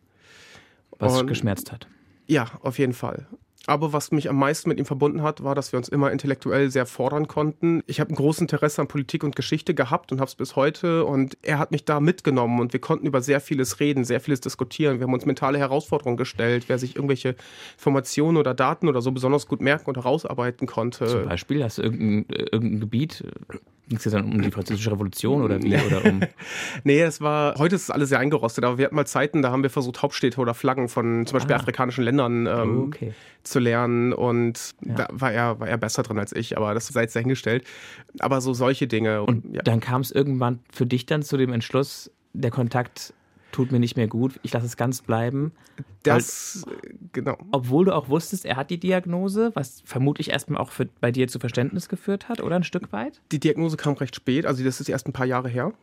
Was und, geschmerzt hat. Ja, auf jeden Fall. Aber was mich am meisten mit ihm verbunden hat, war, dass wir uns immer intellektuell sehr fordern konnten. Ich habe ein großes Interesse an Politik und Geschichte gehabt und habe es bis heute. Und er hat mich da mitgenommen und wir konnten über sehr vieles reden, sehr vieles diskutieren. Wir haben uns mentale Herausforderungen gestellt, wer sich irgendwelche Informationen oder Daten oder so besonders gut merken und herausarbeiten konnte. Zum Beispiel, hast du irgendein, irgendein Gebiet... Ging es dann um die Französische Revolution oder wie? Oder um nee, es war, heute ist es alles sehr eingerostet, aber wir hatten mal Zeiten, da haben wir versucht, Hauptstädte oder Flaggen von zum Beispiel ah. afrikanischen Ländern ähm, okay. zu lernen und ja. da war er, war er besser drin als ich, aber das sei jetzt dahingestellt. Aber so solche Dinge. Und ja. dann kam es irgendwann für dich dann zu dem Entschluss, der Kontakt tut mir nicht mehr gut, ich lasse es ganz bleiben. Das, weil, genau. Obwohl du auch wusstest, er hat die Diagnose, was vermutlich erstmal auch für, bei dir zu Verständnis geführt hat, oder ein Stück weit? Die Diagnose kam recht spät, also das ist erst ein paar Jahre her.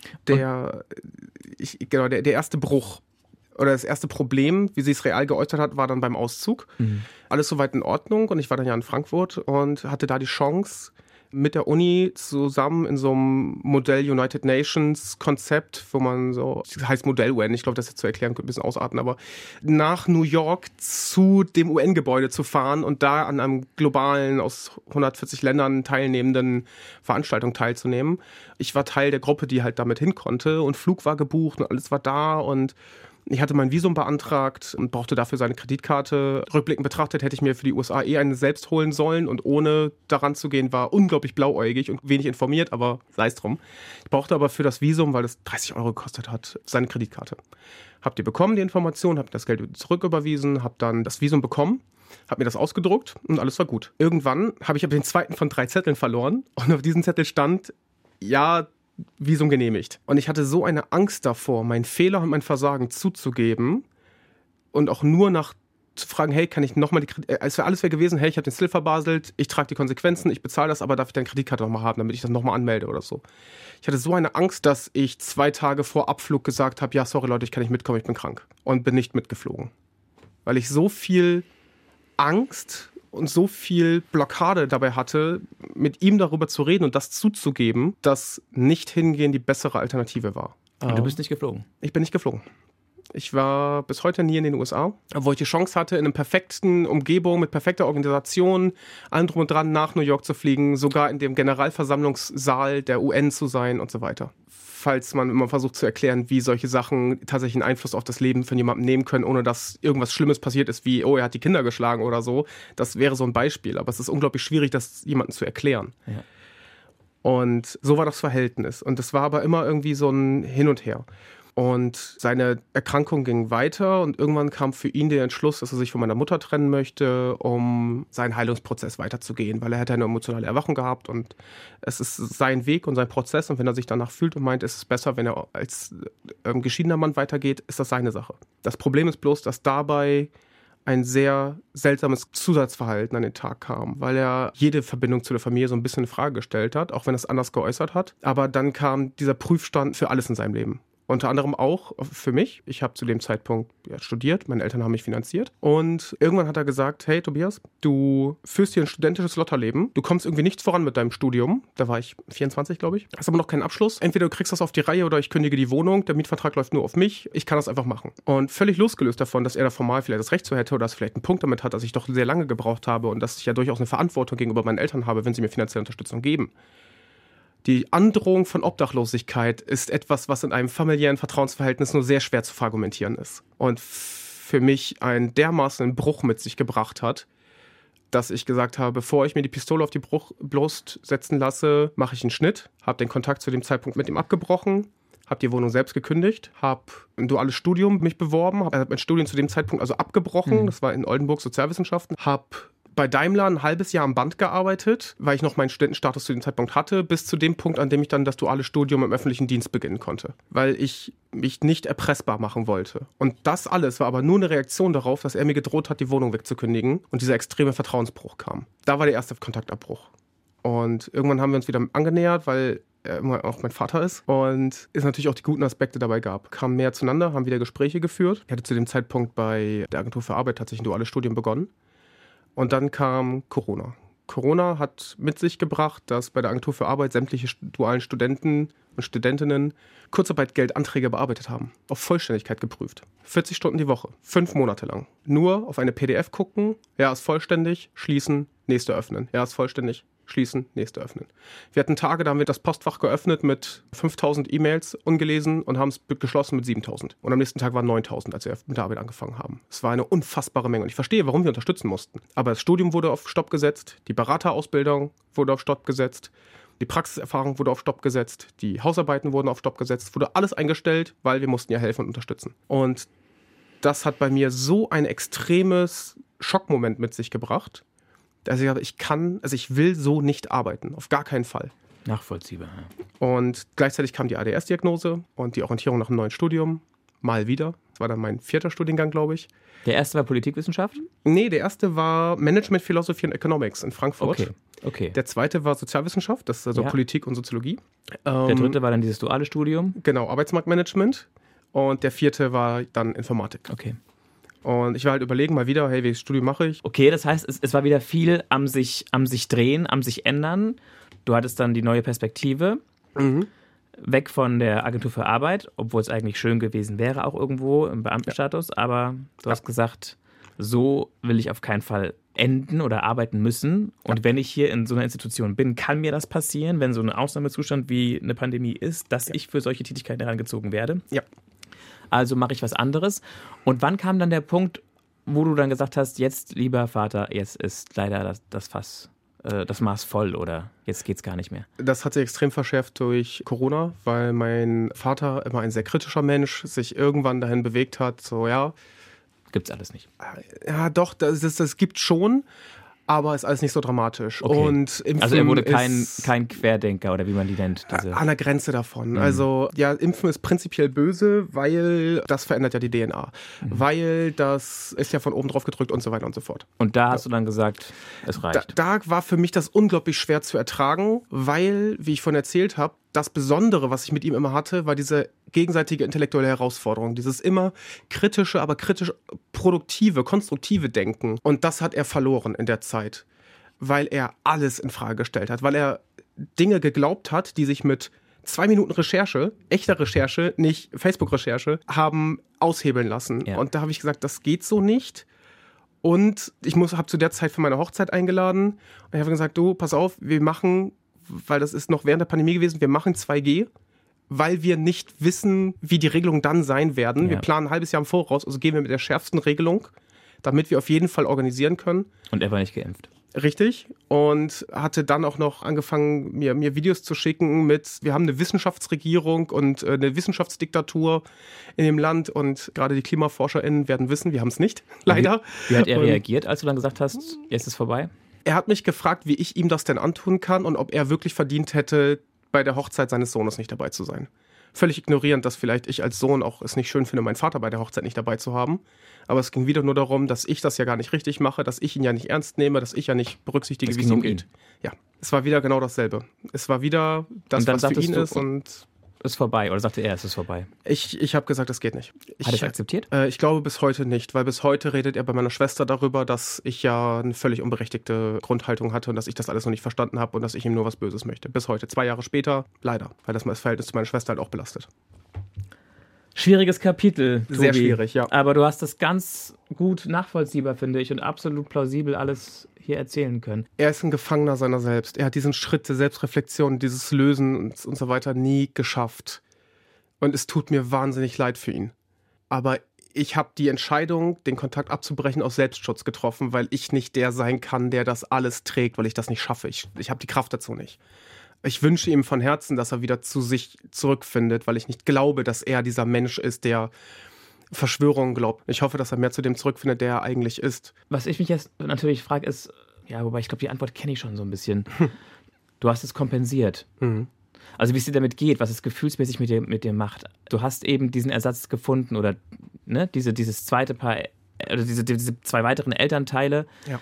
Der, ich, genau, der, der erste Bruch oder das erste Problem, wie sie es real geäußert hat, war dann beim Auszug. Mhm. Alles soweit in Ordnung und ich war dann ja in Frankfurt und hatte da die Chance, mit der Uni zusammen in so einem Modell United Nations Konzept, wo man so, das heißt Modell U N, ich glaube, das jetzt zu erklären, könnte ein bisschen ausarten, aber nach New York zu dem U N-Gebäude zu fahren und da an einem globalen, aus hundertvierzig Ländern teilnehmenden Veranstaltung teilzunehmen. Ich war Teil der Gruppe, die halt damit hin konnte und Flug war gebucht und alles war da und Ich hatte mein Visum beantragt und brauchte dafür seine Kreditkarte. Rückblickend betrachtet hätte ich mir für die U S A eh eine selbst holen sollen und ohne daran zu gehen, war unglaublich blauäugig und wenig informiert, aber sei es drum. Ich brauchte aber für das Visum, weil das dreißig Euro gekostet hat, seine Kreditkarte. Habt ihr bekommen, die Information, habt das Geld zurücküberwiesen, hab dann das Visum bekommen, hab mir das ausgedruckt und alles war gut. Irgendwann habe ich aber den zweiten von drei Zetteln verloren und auf diesem Zettel stand, ja, Visum genehmigt. Und ich hatte so eine Angst davor, meinen Fehler und mein Versagen zuzugeben und auch nur nach zu fragen, hey, kann ich nochmal die Kreditkarte, es wäre alles wäre gewesen, hey, ich habe den Still verbaselt, ich trage die Konsequenzen, ich bezahle das, aber darf ich deine Kreditkarte nochmal haben, damit ich das nochmal anmelde oder so. Ich hatte so eine Angst, dass ich zwei Tage vor Abflug gesagt habe, ja, sorry Leute, ich kann nicht mitkommen, ich bin krank. Und bin nicht mitgeflogen. Weil ich so viel Angst und so viel Blockade dabei hatte, mit ihm darüber zu reden und das zuzugeben, dass nicht hingehen die bessere Alternative war. Und du bist nicht geflogen? Ich bin nicht geflogen. Ich war bis heute nie in den U S A, wo ich die Chance hatte, in einer perfekten Umgebung, mit perfekter Organisation, allem drum und dran nach New York zu fliegen, sogar in dem Generalversammlungssaal der U N zu sein und so weiter. Falls man immer versucht zu erklären, wie solche Sachen tatsächlich einen Einfluss auf das Leben von jemandem nehmen können, ohne dass irgendwas Schlimmes passiert ist, wie, oh, er hat die Kinder geschlagen oder so. Das wäre so ein Beispiel. Aber es ist unglaublich schwierig, das jemandem zu erklären. Ja. Und so war das Verhältnis. Und es war aber immer irgendwie so ein Hin und Her. Und seine Erkrankung ging weiter und irgendwann kam für ihn der Entschluss, dass er sich von meiner Mutter trennen möchte, um seinen Heilungsprozess weiterzugehen, weil er hätte eine emotionale Erwachung gehabt und es ist sein Weg und sein Prozess und wenn er sich danach fühlt und meint, es ist besser, wenn er als ähm, geschiedener Mann weitergeht, ist das seine Sache. Das Problem ist bloß, dass dabei ein sehr seltsames Zusatzverhalten an den Tag kam, weil er jede Verbindung zu der Familie so ein bisschen in Frage gestellt hat, auch wenn er es anders geäußert hat. Aber dann kam dieser Prüfstand für alles in seinem Leben. Unter anderem auch für mich. Ich habe zu dem Zeitpunkt ja, studiert, meine Eltern haben mich finanziert. Und irgendwann hat er gesagt, hey Tobias, du führst hier ein studentisches Lotterleben. Du kommst irgendwie nicht voran mit deinem Studium. Da war ich vierundzwanzig, glaube ich. Hast aber noch keinen Abschluss. Entweder du kriegst das auf die Reihe oder ich kündige die Wohnung. Der Mietvertrag läuft nur auf mich. Ich kann das einfach machen. Und völlig losgelöst davon, dass er da formal vielleicht das Recht zu hätte oder dass vielleicht einen Punkt damit hat, dass ich doch sehr lange gebraucht habe und dass ich ja durchaus eine Verantwortung gegenüber meinen Eltern habe, wenn sie mir finanzielle Unterstützung geben. Die Androhung von Obdachlosigkeit ist etwas, was in einem familiären Vertrauensverhältnis nur sehr schwer zu verargumentieren ist. Und für mich einen dermaßen Bruch mit sich gebracht hat, dass ich gesagt habe, bevor ich mir die Pistole auf die Brust setzen lasse, mache ich einen Schnitt, habe den Kontakt zu dem Zeitpunkt mit ihm abgebrochen, habe die Wohnung selbst gekündigt, habe ein duales Studium mich beworben, habe mein Studium zu dem Zeitpunkt also abgebrochen, mhm. das war in Oldenburg Sozialwissenschaften, habe bei Daimler ein halbes Jahr am Band gearbeitet, weil ich noch meinen Studentenstatus zu dem Zeitpunkt hatte, bis zu dem Punkt, an dem ich dann das duale Studium im öffentlichen Dienst beginnen konnte. Weil ich mich nicht erpressbar machen wollte. Und das alles war aber nur eine Reaktion darauf, dass er mir gedroht hat, die Wohnung wegzukündigen und dieser extreme Vertrauensbruch kam. Da war der erste Kontaktabbruch. Und irgendwann haben wir uns wieder angenähert, weil er immer auch mein Vater ist und es natürlich auch die guten Aspekte dabei gab. Kamen mehr zueinander, haben wieder Gespräche geführt. Ich hatte zu dem Zeitpunkt bei der Agentur für Arbeit tatsächlich ein duales Studium begonnen. Und dann kam Corona. Corona hat mit sich gebracht, dass bei der Agentur für Arbeit sämtliche dualen Studenten und Studentinnen Kurzarbeitgeldanträge bearbeitet haben. Auf Vollständigkeit geprüft. vierzig Stunden die Woche. Fünf Monate lang. Nur auf eine P D F gucken. Ja, ist vollständig. Schließen. Nächste öffnen. Ja, ist vollständig. Schließen, nächste öffnen. Wir hatten Tage, da haben wir das Postfach geöffnet mit fünftausend E-Mails ungelesen und haben es geschlossen mit siebentausend. Und am nächsten Tag waren neuntausend, als wir mit der Arbeit angefangen haben. Es war eine unfassbare Menge. Und ich verstehe, warum wir unterstützen mussten. Aber das Studium wurde auf Stopp gesetzt, die Beraterausbildung wurde auf Stopp gesetzt, die Praxiserfahrung wurde auf Stopp gesetzt, die Hausarbeiten wurden auf Stopp gesetzt. Es wurde alles eingestellt, weil wir mussten ja helfen und unterstützen. Und das hat bei mir so ein extremes Schockmoment mit sich gebracht, also ich, ich kann, also ich will so nicht arbeiten, auf gar keinen Fall. Nachvollziehbar. Ja. Und gleichzeitig kam die A D S-Diagnose und die Orientierung nach einem neuen Studium, mal wieder. Das war dann mein vierter Studiengang, glaube ich. Der erste war Politikwissenschaft? Nee, der erste war Management, Philosophy und Economics in Frankfurt. Okay, okay. Der zweite war Sozialwissenschaft, das ist also ja. Politik und Soziologie. Der dritte war dann dieses duale Studium? Genau, Arbeitsmarktmanagement. Und der vierte war dann Informatik. Okay. Und ich war halt überlegen, mal wieder, hey, welches Studium mache ich? Okay, das heißt, es, es war wieder viel am sich, am sich drehen, am sich ändern. Du hattest dann die neue Perspektive. Mhm. Weg von der Agentur für Arbeit, obwohl es eigentlich schön gewesen wäre, auch irgendwo im Beamtenstatus. Ja. Aber du ja. hast gesagt, so will ich auf keinen Fall enden oder arbeiten müssen. Und ja. wenn ich hier in so einer Institution bin, kann mir das passieren, wenn so ein Ausnahmezustand wie eine Pandemie ist, dass ja. ich für solche Tätigkeiten herangezogen werde. Ja. also mache ich was anderes. Und wann kam dann der Punkt, wo du dann gesagt hast, jetzt, lieber Vater, jetzt ist leider das, das Fass, äh, das Maß voll oder jetzt geht's gar nicht mehr? Das hat sich extrem verschärft durch Corona, weil mein Vater immer ein sehr kritischer Mensch sich irgendwann dahin bewegt hat, so ja. Gibt's alles nicht. Ja, doch, das, das, das gibt schon. Aber ist alles nicht so dramatisch. Okay. Und Impfen also er wurde kein, kein Querdenker oder wie man die nennt. Diese an der Grenze davon. Mhm. Also ja, Impfen ist prinzipiell böse, weil das verändert ja die D N A. Mhm. Weil das ist ja von oben drauf gedrückt und so weiter und so fort. Und da hast ja. du dann gesagt, es reicht. Da, da war für mich das unglaublich schwer zu ertragen, weil, wie ich vorhin erzählt habe, das Besondere, was ich mit ihm immer hatte, war diese gegenseitige intellektuelle Herausforderung. Dieses immer kritische, aber kritisch produktive, konstruktive Denken. Und das hat er verloren in der Zeit, weil er alles in Frage gestellt hat, weil er Dinge geglaubt hat, die sich mit zwei Minuten Recherche, echter Recherche, nicht Facebook-Recherche, haben aushebeln lassen. Ja. Und da habe ich gesagt, das geht so nicht. Und ich habe zu der Zeit für meine Hochzeit eingeladen und ich habe gesagt, du, pass auf, wir machen, weil das ist noch während der Pandemie gewesen, wir machen zwei G, weil wir nicht wissen, wie die Regelungen dann sein werden. Ja. Wir planen ein halbes Jahr im Voraus, also gehen wir mit der schärfsten Regelung, damit wir auf jeden Fall organisieren können. Und er war nicht geimpft. Richtig. Und hatte dann auch noch angefangen, mir, mir Videos zu schicken mit, wir haben eine Wissenschaftsregierung und eine Wissenschaftsdiktatur in dem Land und gerade die KlimaforscherInnen werden wissen, wir haben es nicht, leider. Wie, wie hat er und, reagiert, als du dann gesagt hast, jetzt ist es vorbei? Er hat mich gefragt, wie ich ihm das denn antun kann und ob er wirklich verdient hätte, bei der Hochzeit seines Sohnes nicht dabei zu sein. Völlig ignorierend, dass vielleicht ich als Sohn auch es nicht schön finde, meinen Vater bei der Hochzeit nicht dabei zu haben. Aber es ging wieder nur darum, dass ich das ja gar nicht richtig mache, dass ich ihn ja nicht ernst nehme, dass ich ja nicht berücksichtige, wie es ihm geht. Ja, es war wieder genau dasselbe. Es war wieder das, was für ihn ist und ist vorbei. Oder sagte er, es ist vorbei? Ich, ich habe gesagt, das geht nicht. Ich, Hat er es akzeptiert? Äh, ich glaube bis heute nicht, weil bis heute redet er bei meiner Schwester darüber, dass ich ja eine völlig unberechtigte Grundhaltung hatte und dass ich das alles noch nicht verstanden habe und dass ich ihm nur was Böses möchte. Bis heute, zwei Jahre später, leider, weil das das Verhältnis zu meiner Schwester halt auch belastet. Schwieriges Kapitel, Tobi. Sehr schwierig, ja. Aber du hast das ganz gut nachvollziehbar, finde ich, und absolut plausibel alles hier erzählen können. Er ist ein Gefangener seiner selbst. Er hat diesen Schritt der Selbstreflexion, dieses Lösen und, und so weiter nie geschafft. Und es tut mir wahnsinnig leid für ihn. Aber ich habe die Entscheidung, den Kontakt abzubrechen, aus Selbstschutz getroffen, weil ich nicht der sein kann, der das alles trägt, weil ich das nicht schaffe. Ich, ich habe die Kraft dazu nicht. Ich wünsche ihm von Herzen, dass er wieder zu sich zurückfindet, weil ich nicht glaube, dass er dieser Mensch ist, der Verschwörungen glaubt. Ich hoffe, dass er mehr zu dem zurückfindet, der er eigentlich ist. Was ich mich jetzt natürlich frage, ist, ja, wobei ich glaube, die Antwort kenne ich schon so ein bisschen. Du hast es kompensiert. Mhm. Also wie es dir damit geht, was es gefühlsmäßig mit dir, mit dir macht. Du hast eben diesen Ersatz gefunden oder ne, diese, dieses zweite Paar, oder diese, diese zwei weiteren Elternteile. Ja.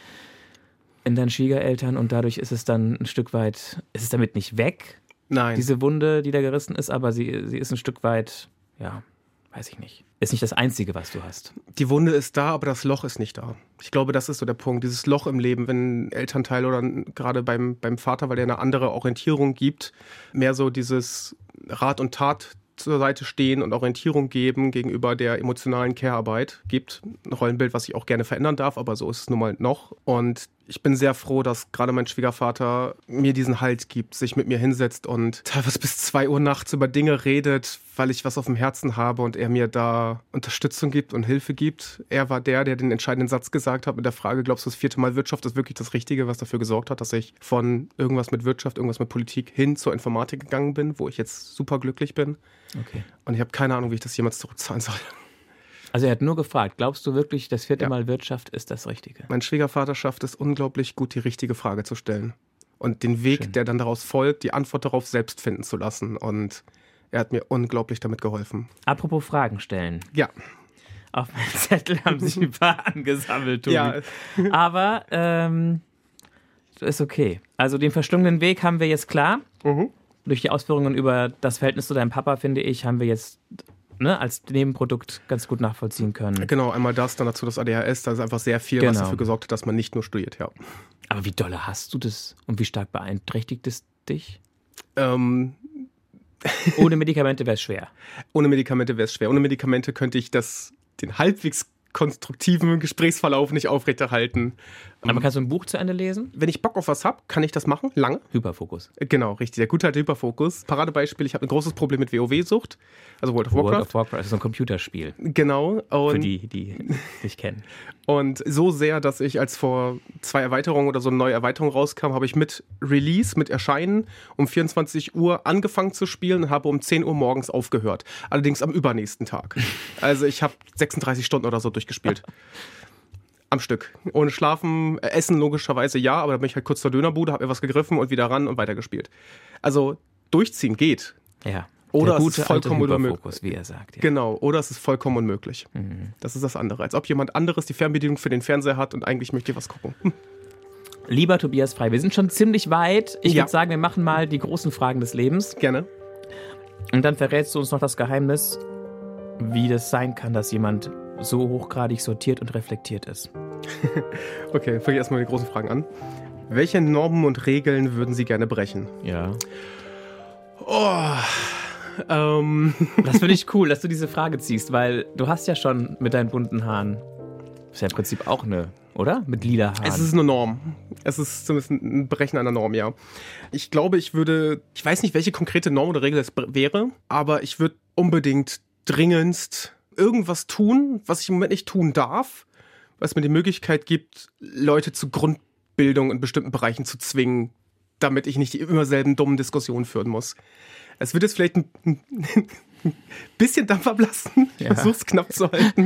In deinen Schwiegereltern und dadurch ist es dann ein Stück weit, ist es damit nicht weg, Nein. diese Wunde, die da gerissen ist, aber sie, sie ist ein Stück weit, ja, weiß ich nicht. Ist nicht das Einzige, was du hast. Die Wunde ist da, aber das Loch ist nicht da. Ich glaube, das ist so der Punkt, dieses Loch im Leben, wenn ein Elternteil oder gerade beim, beim Vater, weil der eine andere Orientierung gibt, mehr so dieses Rat und Tat zur Seite stehen und Orientierung geben gegenüber der emotionalen Care-Arbeit gibt. Ein Rollenbild, was ich auch gerne verändern darf, aber so ist es nun mal noch. Und ich bin sehr froh, dass gerade mein Schwiegervater mir diesen Halt gibt, sich mit mir hinsetzt und teilweise bis zwei Uhr nachts über Dinge redet, weil ich was auf dem Herzen habe und er mir da Unterstützung gibt und Hilfe gibt. Er war der, der den entscheidenden Satz gesagt hat mit der Frage, glaubst du, das vierte Mal Wirtschaft ist wirklich das Richtige, was dafür gesorgt hat, dass ich von irgendwas mit Wirtschaft, irgendwas mit Politik hin zur Informatik gegangen bin, wo ich jetzt super glücklich bin. Okay. Und ich habe keine Ahnung, wie ich das jemals zurückzahlen soll. Also er hat nur gefragt, glaubst du wirklich, das vierte ja. Mal Wirtschaft ist das Richtige? Mein Schwiegervater schafft es unglaublich gut, die richtige Frage zu stellen. Und den Weg, Schön. der dann daraus folgt, die Antwort darauf selbst finden zu lassen. Und er hat mir unglaublich damit geholfen. Apropos Fragen stellen. Ja. Auf meinem Zettel haben sich ein paar angesammelt, Tobi. Ja. Aber ähm, ist okay. Also den verschlungenen Weg haben wir jetzt klar. Mhm. Durch die Ausführungen über das Verhältnis zu deinem Papa, finde ich, haben wir jetzt ne, als Nebenprodukt ganz gut nachvollziehen können. Genau, einmal das, dann dazu das A D H S. Da ist einfach sehr viel, genau. was dafür gesorgt hat, dass man nicht nur studiert. Ja. Aber wie dolle hast du das und wie stark beeinträchtigt es dich? Ähm... Ohne Medikamente wäre es schwer. Ohne Medikamente wäre es schwer. Ohne Medikamente könnte ich das, den halbwegs konstruktiven Gesprächsverlauf nicht aufrechterhalten. Aber kannst du ein Buch zu Ende lesen? Wenn ich Bock auf was habe, kann ich das machen, lange. Hyperfokus. Genau, richtig. Der gute alte Hyperfokus. Paradebeispiel, ich habe ein großes Problem mit WoW-Sucht, also World of Warcraft. World of Warcraft, also so ein Computerspiel. Genau. Und für die, die dich kennen. Und so sehr, dass ich, als vor zwei Erweiterungen oder so eine neue Erweiterung rauskam, habe ich mit Release, mit Erscheinen um vierundzwanzig Uhr angefangen zu spielen und habe um zehn Uhr morgens aufgehört. Allerdings am übernächsten Tag. Also ich habe sechsunddreißig Stunden oder so durchgespielt. Am Stück. Ohne Schlafen, Essen logischerweise ja, aber da bin ich halt kurz zur Dönerbude, habe mir was gegriffen und wieder ran und weitergespielt. Also durchziehen geht. Ja. Oder der es ist vollkommen unmöglich, wie er sagt. Ja. Genau, oder es ist vollkommen unmöglich. Mhm. Das ist das andere. Als ob jemand anderes die Fernbedienung für den Fernseher hat und eigentlich möchte was gucken. Lieber Tobias Frey, wir sind schon ziemlich weit. Ich ja. würde sagen, wir machen mal die großen Fragen des Lebens. Gerne. Und dann verrätst du uns noch das Geheimnis, wie das sein kann, dass jemand so hochgradig sortiert und reflektiert ist. Okay, fange ich erstmal mit den großen Fragen an. Welche Normen und Regeln würden Sie gerne brechen? Ja. Oh, ähm. Das finde ich cool, dass du diese Frage ziehst, weil du hast ja schon mit deinen bunten Haaren, das ist ja im Prinzip auch eine, oder? Mit lila Haaren. Es ist eine Norm. Es ist zumindest ein Brechen einer Norm, ja. Ich glaube, ich würde, ich weiß nicht, welche konkrete Norm oder Regel es wäre, aber ich würde unbedingt dringendst irgendwas tun, was ich im Moment nicht tun darf, was mir die Möglichkeit gibt, Leute zu Grundbildung in bestimmten Bereichen zu zwingen, damit ich nicht die immer selben dummen Diskussionen führen muss. Es wird jetzt vielleicht ein, ein bisschen Dampf ablassen, ich ja. versuche es knapp zu halten.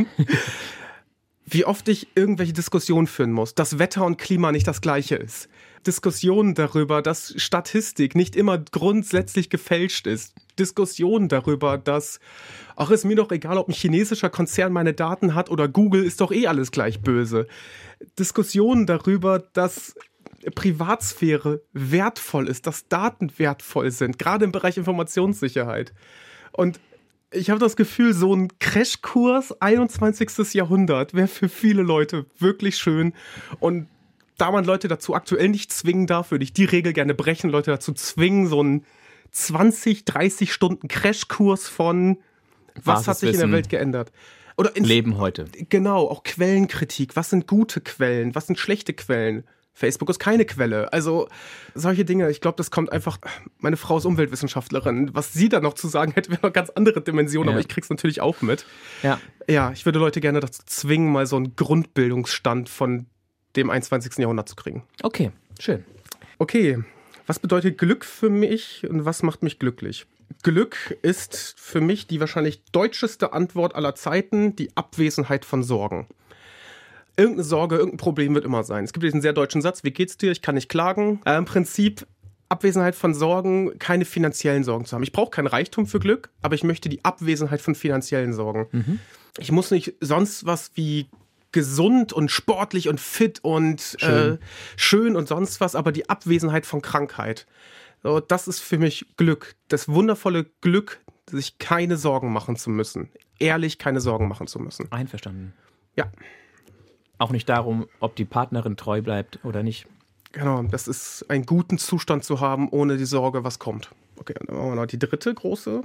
Wie oft ich irgendwelche Diskussionen führen muss, dass Wetter und Klima nicht das Gleiche ist. Diskussionen darüber, dass Statistik nicht immer grundsätzlich gefälscht ist. Diskussionen darüber, dass, ach, ist mir doch egal, ob ein chinesischer Konzern meine Daten hat oder Google, ist doch eh alles gleich böse. Diskussionen darüber, dass Privatsphäre wertvoll ist, dass Daten wertvoll sind, gerade im Bereich Informationssicherheit. Und ich habe das Gefühl, so ein Crashkurs einundzwanzigstes Jahrhundert wäre für viele Leute wirklich schön. Und da man Leute dazu aktuell nicht zwingen darf, würde ich die Regel gerne brechen, Leute dazu zwingen, so einen zwanzig, dreißig Stunden Crashkurs von was hat sich in der Welt geändert. Oder ins Leben heute. Genau, auch Quellenkritik. Was sind gute Quellen? Was sind schlechte Quellen? Facebook ist keine Quelle. Also solche Dinge, ich glaube, das kommt einfach, meine Frau ist Umweltwissenschaftlerin. Was sie da noch zu sagen hätte, wäre eine ganz andere Dimension, ja. Aber ich krieg's natürlich auch mit. Ja. Ja, ich würde Leute gerne dazu zwingen, mal so einen Grundbildungsstand von dem einundzwanzigsten Jahrhundert zu kriegen. Okay, schön. Okay, was bedeutet Glück für mich und was macht mich glücklich? Glück ist für mich die wahrscheinlich deutscheste Antwort aller Zeiten, die Abwesenheit von Sorgen. Irgendeine Sorge, irgendein Problem wird immer sein. Es gibt diesen sehr deutschen Satz, wie geht's dir? Ich kann nicht klagen. Äh, Im Prinzip Abwesenheit von Sorgen, keine finanziellen Sorgen zu haben. Ich brauche kein Reichtum für Glück, aber ich möchte die Abwesenheit von finanziellen Sorgen. Mhm. Ich muss nicht sonst was wie gesund und sportlich und fit und schön, äh, schön und sonst was, aber die Abwesenheit von Krankheit. So, das ist für mich Glück. Das wundervolle Glück, sich keine Sorgen machen zu müssen. Ehrlich keine Sorgen machen zu müssen. Einverstanden. Ja. Auch nicht darum, ob die Partnerin treu bleibt oder nicht. Genau, das ist einen guten Zustand zu haben, ohne die Sorge, was kommt. Okay, dann machen wir noch die dritte große.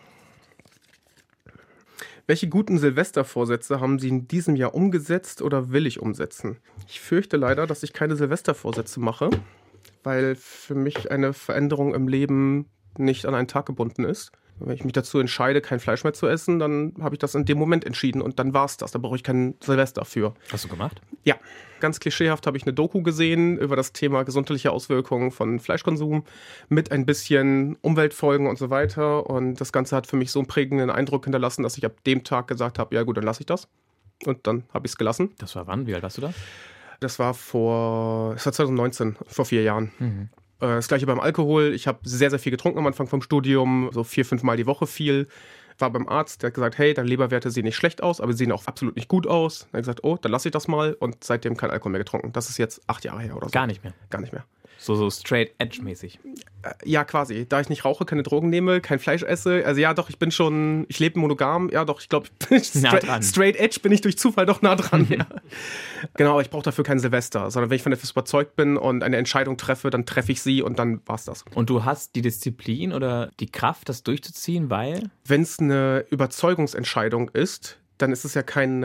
Welche guten Silvestervorsätze haben Sie in diesem Jahr umgesetzt oder will ich umsetzen? Ich fürchte leider, dass ich keine Silvestervorsätze mache, weil für mich eine Veränderung im Leben nicht an einen Tag gebunden ist. Wenn ich mich dazu entscheide, kein Fleisch mehr zu essen, dann habe ich das in dem Moment entschieden und dann war es das. Da brauche ich kein Silvester für. Hast du gemacht? Ja. Ganz klischeehaft habe ich eine Doku gesehen über das Thema gesundheitliche Auswirkungen von Fleischkonsum mit ein bisschen Umweltfolgen und so weiter. Und das Ganze hat für mich so einen prägenden Eindruck hinterlassen, dass ich ab dem Tag gesagt habe, ja gut, dann lasse ich das. Und dann habe ich es gelassen. Das war wann? Wie alt warst du da? Das war vor, das war zwanzig neunzehn, vor vier Jahren. Mhm. Das gleiche beim Alkohol. Ich habe sehr, sehr viel getrunken am Anfang vom Studium, so vier, fünf Mal die Woche viel. War beim Arzt, der hat gesagt, hey, deine Leberwerte sehen nicht schlecht aus, aber sie sehen auch absolut nicht gut aus. Dann hat gesagt, oh, dann lasse ich das mal und seitdem kein Alkohol mehr getrunken. Das ist jetzt acht Jahre her oder so. Gar nicht mehr? Gar nicht mehr. So, so straight edge mäßig. Ja, quasi. Da ich nicht rauche, keine Drogen nehme, kein Fleisch esse. Also ja, doch, ich bin schon, ich lebe monogam. Ja, doch, ich glaube, straight, straight edge bin ich durch Zufall doch nah dran. Ja. Genau, aber ich brauche dafür kein Silvester. Sondern wenn ich von etwas überzeugt bin und eine Entscheidung treffe, dann treffe ich sie und dann war's das. Und du hast die Disziplin oder die Kraft, das durchzuziehen, weil? Wenn es eine Überzeugungsentscheidung ist, dann ist es ja keine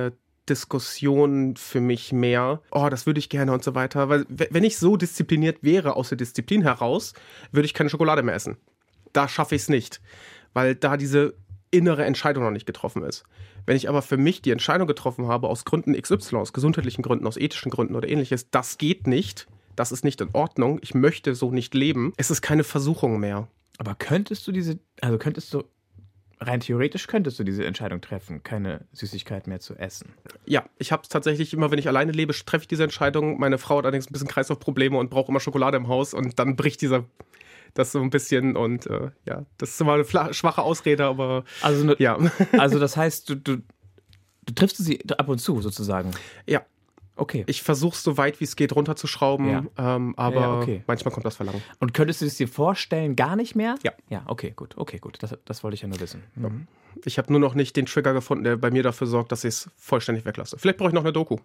Diskussion für mich mehr, oh, das würde ich gerne und so weiter. Weil wenn ich so diszipliniert wäre aus der Disziplin heraus, würde ich keine Schokolade mehr essen. Da schaffe ich es nicht, weil da diese innere Entscheidung noch nicht getroffen ist. Wenn ich aber für mich die Entscheidung getroffen habe, aus Gründen X Y, aus gesundheitlichen Gründen, aus ethischen Gründen oder ähnliches, das geht nicht, das ist nicht in Ordnung, ich möchte so nicht leben, es ist keine Versuchung mehr. Aber könntest du diese, also könntest du rein theoretisch könntest du diese Entscheidung treffen, keine Süßigkeit mehr zu essen. Ja, ich habe es tatsächlich immer, wenn ich alleine lebe, treffe ich diese Entscheidung. Meine Frau hat allerdings ein bisschen Kreislaufprobleme und braucht immer Schokolade im Haus und dann bricht dieser das so ein bisschen und äh, ja, das ist immer eine fla- schwache Ausrede, aber also ne, ja. Also das heißt, du, du, du triffst sie ab und zu sozusagen? Ja. Okay. Ich versuche es so weit wie es geht runterzuschrauben, ja. ähm, aber ja, okay. manchmal kommt das Verlangen. Und könntest du es dir vorstellen, gar nicht mehr? Ja. Ja, okay, gut, okay, gut. Das, das wollte ich ja nur wissen. Mhm. Ich habe nur noch nicht den Trigger gefunden, der bei mir dafür sorgt, dass ich es vollständig weglasse. Vielleicht brauche ich noch eine Doku.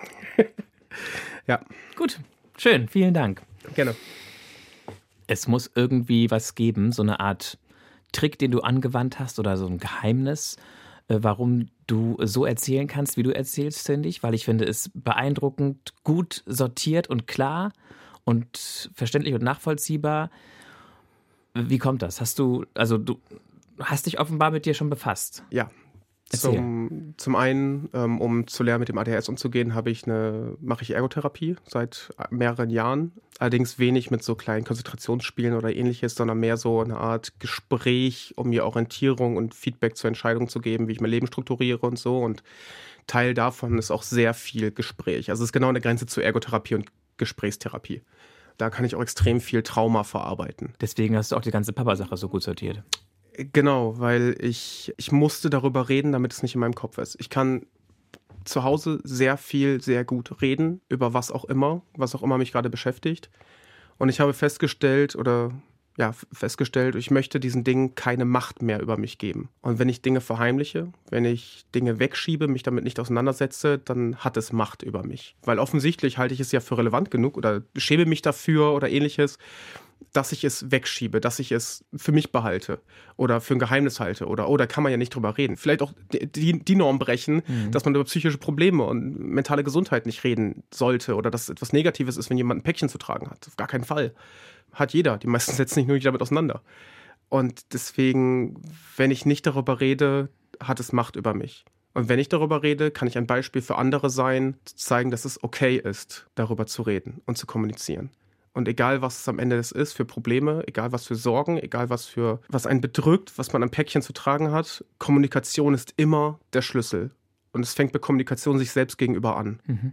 Ja. Gut, schön, vielen Dank. Gerne. Es muss irgendwie was geben, so eine Art Trick, den du angewandt hast oder so ein Geheimnis, warum du so erzählen kannst, wie du erzählst, finde ich, weil ich finde es beeindruckend gut sortiert und klar und verständlich und nachvollziehbar. Wie kommt das? Hast du, also du hast dich offenbar mit dir schon befasst? Ja. Zum, zum einen, ähm, um zu lernen, mit dem A D H S umzugehen, habe ich eine, mache ich Ergotherapie seit mehreren Jahren. Allerdings wenig mit so kleinen Konzentrationsspielen oder ähnliches, sondern mehr so eine Art Gespräch, um mir Orientierung und Feedback zur Entscheidung zu geben, wie ich mein Leben strukturiere und so. Und Teil davon ist auch sehr viel Gespräch. Also es ist genau an der Grenze zu Ergotherapie und Gesprächstherapie. Da kann ich auch extrem viel Trauma verarbeiten. Deswegen hast du auch die ganze Papa-Sache so gut sortiert. Genau, weil ich, ich musste darüber reden, damit es nicht in meinem Kopf ist. Ich kann zu Hause sehr viel, sehr gut reden, über was auch immer, was auch immer mich gerade beschäftigt. Und ich habe festgestellt oder ja, festgestellt, ich möchte diesen Dingen keine Macht mehr über mich geben. Und wenn ich Dinge verheimliche, wenn ich Dinge wegschiebe, mich damit nicht auseinandersetze, dann hat es Macht über mich. Weil offensichtlich halte ich es ja für relevant genug oder schäme mich dafür oder ähnliches, dass ich es wegschiebe, dass ich es für mich behalte oder für ein Geheimnis halte oder, oh, da kann man ja nicht drüber reden. Vielleicht auch die, die Norm brechen, mhm. dass man über psychische Probleme und mentale Gesundheit nicht reden sollte oder dass es etwas Negatives ist, wenn jemand ein Päckchen zu tragen hat. Auf gar keinen Fall. Hat jeder. Die meisten setzen sich nur nicht damit auseinander. Und deswegen, wenn ich nicht darüber rede, hat es Macht über mich. Und wenn ich darüber rede, kann ich ein Beispiel für andere sein, zu zeigen, dass es okay ist, darüber zu reden und zu kommunizieren. Und egal, was es am Ende des ist für Probleme, egal was für Sorgen, egal was für was einen bedrückt, was man am Päckchen zu tragen hat, Kommunikation ist immer der Schlüssel. Und es fängt bei Kommunikation sich selbst gegenüber an. Mhm.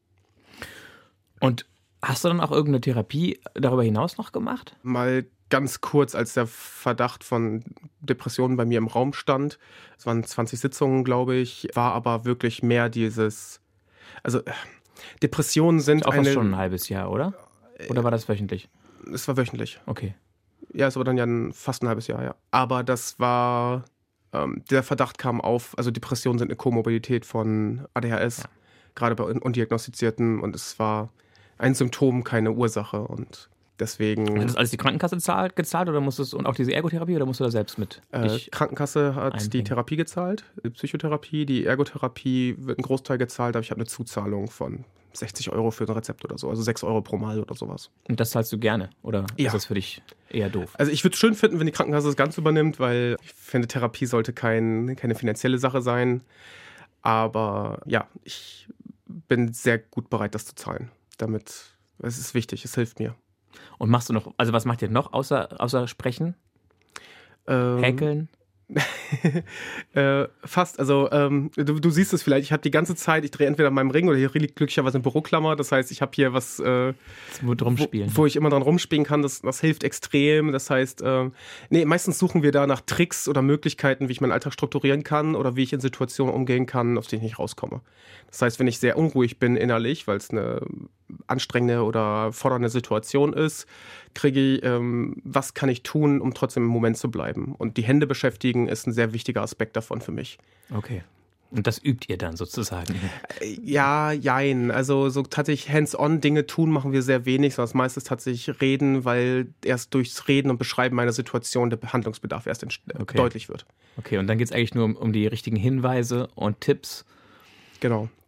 Und hast du dann auch irgendeine Therapie darüber hinaus noch gemacht? Mal ganz kurz, als der Verdacht von Depressionen bei mir im Raum stand. Es waren zwanzig Sitzungen, glaube ich, war aber wirklich mehr dieses, also Depressionen sind auch eine... Auch schon ein halbes Jahr, oder? Oder war das wöchentlich? Es war wöchentlich. Okay. Ja, es war dann ja ein, fast ein halbes Jahr, ja. Aber das war, ähm, der Verdacht kam auf, also Depressionen sind eine Komorbidität von A D H S, ja. Gerade bei Undiagnostizierten, und es war ein Symptom, keine Ursache, und deswegen... Hat das alles die Krankenkasse zahlt, gezahlt oder musstest und auch diese Ergotherapie oder musst du da selbst mit? Äh, Krankenkasse hat einbringen. Die Therapie gezahlt, die Psychotherapie, die Ergotherapie wird ein Großteil gezahlt, aber ich habe eine Zuzahlung von sechzig Euro für ein Rezept oder so, also sechs Euro pro Mal oder sowas. Und das zahlst du gerne, oder ja. Ist das für dich eher doof? Also ich würde es schön finden, wenn die Krankenkasse das Ganze übernimmt, weil ich finde, Therapie sollte kein, keine finanzielle Sache sein. Aber ja, ich bin sehr gut bereit, das zu zahlen. Damit, es ist wichtig, es hilft mir. Und machst du noch, also was macht ihr noch außer, außer sprechen? Ähm, Häkeln? äh, fast, also ähm, du, du siehst es vielleicht, ich habe die ganze Zeit, ich drehe entweder an meinem Ring oder hier liegt glücklicherweise eine Büroklammer, das heißt, ich habe hier was, äh, wo, rumspielen. Wo, wo ich immer dran rumspielen kann, das, das hilft extrem, das heißt, äh, nee, meistens suchen wir da nach Tricks oder Möglichkeiten, wie ich meinen Alltag strukturieren kann oder wie ich in Situationen umgehen kann, aus denen ich nicht rauskomme. Das heißt, wenn ich sehr unruhig bin innerlich, weil es eine anstrengende oder fordernde Situation ist, kriege ich, ähm, was kann ich tun, um trotzdem im Moment zu bleiben. Und die Hände beschäftigen ist ein sehr wichtiger Aspekt davon für mich. Okay. Und das übt ihr dann sozusagen? Ja, jein. Also so tatsächlich hands-on Dinge tun machen wir sehr wenig, sondern das meiste ist tatsächlich reden, weil erst durchs Reden und Beschreiben meiner Situation der Handlungsbedarf erst entst- okay. deutlich wird. Okay, und dann geht es eigentlich nur um, um die richtigen Hinweise und Tipps. Genau.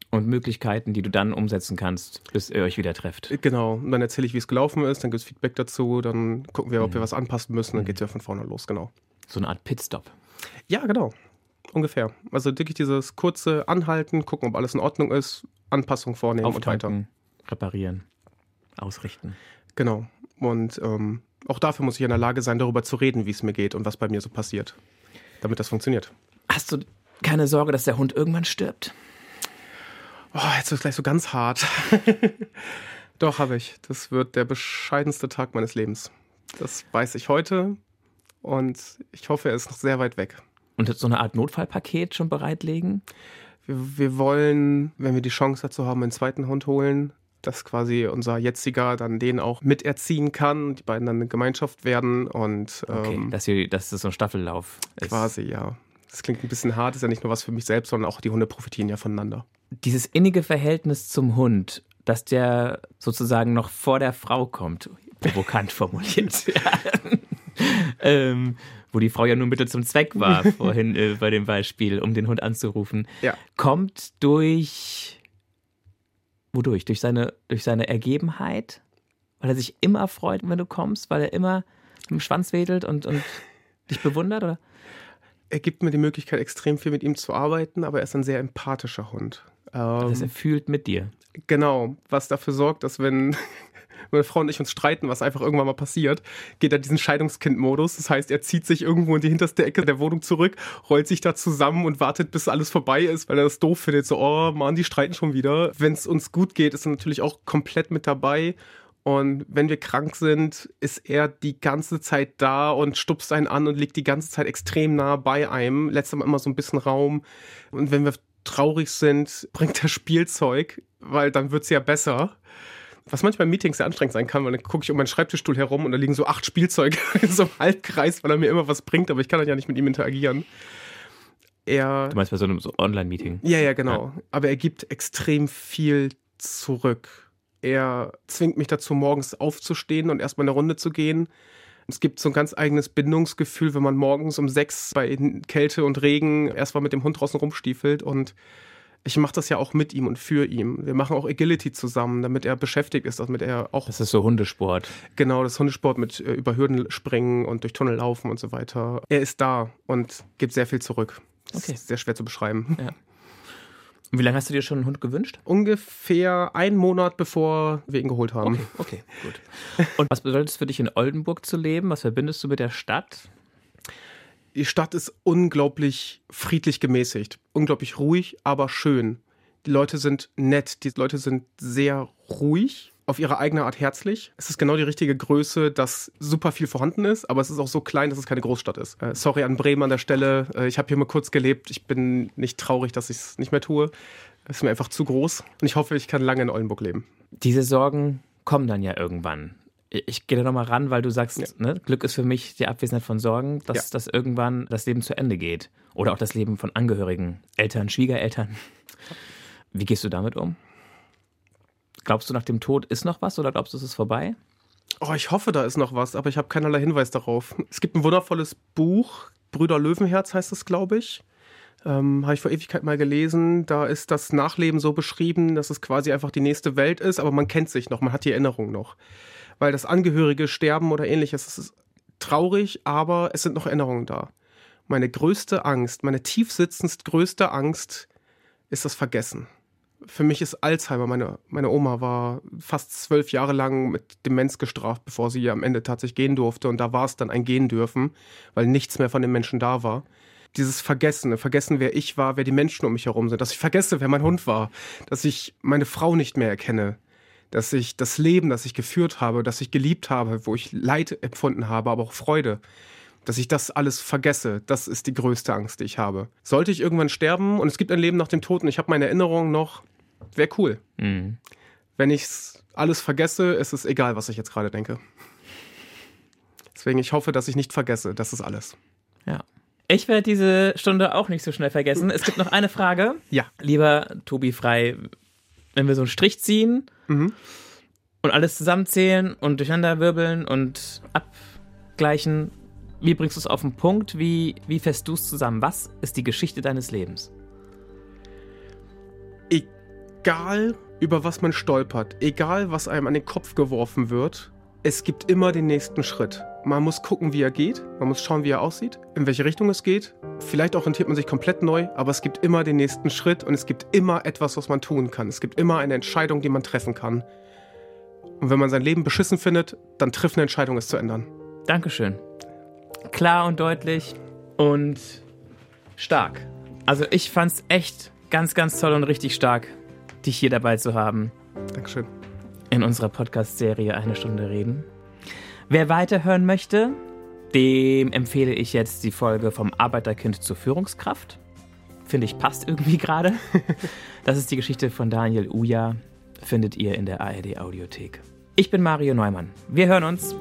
Und Möglichkeiten, die du dann umsetzen kannst, bis ihr euch wieder trefft. Genau, und dann erzähle ich, wie es gelaufen ist, dann gibt es Feedback dazu, dann gucken wir, ob Mhm. wir was anpassen müssen, dann Mhm. geht es ja von vorne los, genau. So eine Art Pitstop. Ja, genau, ungefähr. Also wirklich dieses kurze Anhalten, gucken, ob alles in Ordnung ist, Anpassung vornehmen und weiter. Auftanken, reparieren, ausrichten. Genau, und ähm, auch dafür muss ich in der Lage sein, darüber zu reden, wie es mir geht und was bei mir so passiert, damit das funktioniert. Hast du keine Sorge, dass der Hund irgendwann stirbt? Oh, jetzt wird es gleich so ganz hart. Doch, habe ich. Das wird der bescheidenste Tag meines Lebens. Das weiß ich heute und ich hoffe, er ist noch sehr weit weg. Und so eine Art Notfallpaket schon bereitlegen? Wir, wir wollen, wenn wir die Chance dazu haben, einen zweiten Hund holen, dass quasi unser jetziger dann den auch miterziehen kann, die beiden dann eine Gemeinschaft werden und Okay, ähm, dass, ihr, dass das so ein Staffellauf ist. quasi, ja. Das klingt ein bisschen hart, ist ja nicht nur was für mich selbst, sondern auch die Hunde profitieren ja voneinander. Dieses innige Verhältnis zum Hund, dass der sozusagen noch vor der Frau kommt, provokant formuliert, ja. ähm, wo die Frau ja nur Mittel zum Zweck war, vorhin äh, bei dem Beispiel, um den Hund anzurufen, Ja. kommt durch, wodurch? Durch seine, durch seine Ergebenheit? Weil er sich immer freut, wenn du kommst? Weil er immer mit dem Schwanz wedelt und, und dich bewundert, oder? Er gibt mir die Möglichkeit, extrem viel mit ihm zu arbeiten, aber er ist ein sehr empathischer Hund. Ähm, Dass er fühlt mit dir. Genau, was dafür sorgt, dass wenn meine Frau und ich uns streiten, was einfach irgendwann mal passiert, geht er diesen Scheidungskind-Modus. Das heißt, er zieht sich irgendwo in die hinterste Ecke der Wohnung zurück, rollt sich da zusammen und wartet, bis alles vorbei ist, weil er das doof findet. So, oh Mann, die streiten schon wieder. Wenn es uns gut geht, ist er natürlich auch komplett mit dabei. Und wenn wir krank sind, ist er die ganze Zeit da und stupst einen an und liegt die ganze Zeit extrem nah bei einem, lässt ihm immer so ein bisschen Raum. Und wenn wir traurig sind, bringt er Spielzeug, weil dann wird's ja besser. Was manchmal in Meetings sehr anstrengend sein kann, weil dann gucke ich um meinen Schreibtischstuhl herum und da liegen so acht Spielzeuge in so einem Halbkreis, weil er mir immer was bringt, aber ich kann dann ja nicht mit ihm interagieren. Er, Du meinst bei so einem so Online-Meeting? ja, ja, genau. Aber er gibt extrem viel zurück. Er zwingt mich dazu, morgens aufzustehen und erstmal eine Runde zu gehen. Es gibt so ein ganz eigenes Bindungsgefühl, wenn man morgens um sechs bei Kälte und Regen erstmal mit dem Hund draußen rumstiefelt. Und ich mache das ja auch mit ihm und für ihn. Wir machen auch Agility zusammen, damit er beschäftigt ist, damit er auch... Das ist so Hundesport. Genau, das Hundesport mit äh, über Hürden springen und durch Tunnel laufen und so weiter. Er ist da und gibt sehr viel zurück. Das Okay. ist sehr schwer zu beschreiben. Ja. Und wie lange hast du dir schon einen Hund gewünscht? Ungefähr einen Monat, bevor wir ihn geholt haben. Okay, okay, gut. Und was bedeutet es für dich, in Oldenburg zu leben? Was verbindest du mit der Stadt? Die Stadt ist unglaublich friedlich gemäßigt, unglaublich ruhig, aber schön. Die Leute sind nett, die Leute sind sehr ruhig, auf ihre eigene Art herzlich. Es ist genau die richtige Größe, dass super viel vorhanden ist, aber es ist auch so klein, dass es keine Großstadt ist. Äh, sorry an Bremen an der Stelle, äh, ich habe hier mal kurz gelebt, ich bin nicht traurig, dass ich es nicht mehr tue. Es ist mir einfach zu groß und ich hoffe, ich kann lange in Oldenburg leben. Diese Sorgen kommen dann ja irgendwann. Ich gehe da nochmal ran, weil du sagst, Ja. ne, Glück ist für mich die Abwesenheit von Sorgen, dass, Ja. dass irgendwann das Leben zu Ende geht. Oder auch das Leben von Angehörigen, Eltern, Schwiegereltern. Wie gehst du damit um? Glaubst du, nach dem Tod ist noch was oder glaubst du, es ist vorbei? Oh, ich hoffe, da ist noch was, aber ich habe keinerlei Hinweis darauf. Es gibt ein wundervolles Buch, Brüder Löwenherz heißt es, glaube ich. Ähm, habe ich vor Ewigkeit mal gelesen. Da ist das Nachleben so beschrieben, dass es quasi einfach die nächste Welt ist, aber man kennt sich noch, man hat die Erinnerung noch. Weil das Angehörige sterben oder ähnliches, es ist traurig, aber es sind noch Erinnerungen da. Meine größte Angst, meine tiefsitzendst größte Angst ist das Vergessen. Für mich ist Alzheimer, meine, meine Oma war fast zwölf Jahre lang mit Demenz gestraft, bevor sie am Ende tatsächlich gehen durfte. Und da war es dann ein Gehen dürfen, weil nichts mehr von den Menschen da war. Dieses Vergessen, vergessen, wer ich war, wer die Menschen um mich herum sind, dass ich vergesse, wer mein Hund war, dass ich meine Frau nicht mehr erkenne, dass ich das Leben, das ich geführt habe, das ich geliebt habe, wo ich Leid empfunden habe, aber auch Freude, dass ich das alles vergesse, das ist die größte Angst, die ich habe. Sollte ich irgendwann sterben und es gibt ein Leben nach dem Tod und ich habe meine Erinnerungen noch, wäre cool. Mhm. Wenn ich alles vergesse, ist es egal, was ich jetzt gerade denke. Deswegen, ich hoffe, dass ich nicht vergesse, das ist alles. Ja. Ich werde diese Stunde auch nicht so schnell vergessen. Es gibt noch eine Frage. Ja. Lieber Tobi Frei, wenn wir so einen Strich ziehen Mhm. und alles zusammenzählen und durcheinander wirbeln und abgleichen, wie bringst du es auf den Punkt? Wie, wie fässt du es zusammen? Was ist die Geschichte deines Lebens? Ich egal über was man stolpert, egal was einem an den Kopf geworfen wird, es gibt immer den nächsten Schritt. Man muss gucken, wie er geht, man muss schauen, wie er aussieht, in welche Richtung es geht. Vielleicht orientiert man sich komplett neu, aber es gibt immer den nächsten Schritt und es gibt immer etwas, was man tun kann. Es gibt immer eine Entscheidung, die man treffen kann. Und wenn man sein Leben beschissen findet, dann trifft eine Entscheidung, es zu ändern. Dankeschön. Klar und deutlich und stark. Also ich fand's echt ganz, ganz toll und richtig stark, dich hier dabei zu haben. Dankeschön. In unserer Podcast-Serie Eine Stunde Reden. Wer weiterhören möchte, dem empfehle ich jetzt die Folge vom Arbeiterkind zur Führungskraft. Finde ich, passt irgendwie gerade. Das ist die Geschichte von Daniel Uja. Findet ihr in der A R D-Audiothek. Ich bin Mario Neumann. Wir hören uns.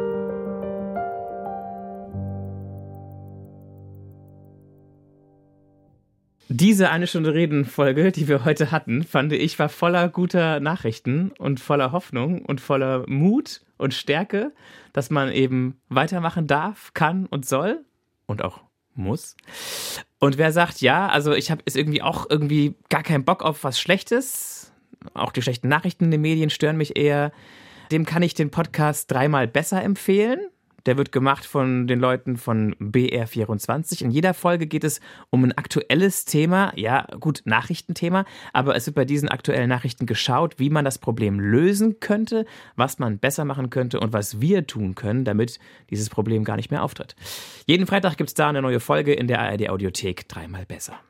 Diese Eine Stunde Reden-Folge, die wir heute hatten, fand ich, war voller guter Nachrichten und voller Hoffnung und voller Mut und Stärke, dass man eben weitermachen darf, kann und soll und auch muss. Und wer sagt, ja, also ich habe ist irgendwie auch irgendwie gar keinen Bock auf was Schlechtes, auch die schlechten Nachrichten in den Medien stören mich eher, dem kann ich den Podcast dreimal besser empfehlen. Der wird gemacht von den Leuten von B R vierundzwanzig. In jeder Folge geht es um ein aktuelles Thema. Ja, gut, Nachrichtenthema. Aber es wird bei diesen aktuellen Nachrichten geschaut, wie man das Problem lösen könnte, was man besser machen könnte und was wir tun können, damit dieses Problem gar nicht mehr auftritt. Jeden Freitag gibt es da eine neue Folge in der A R D-Audiothek. Dreimal besser.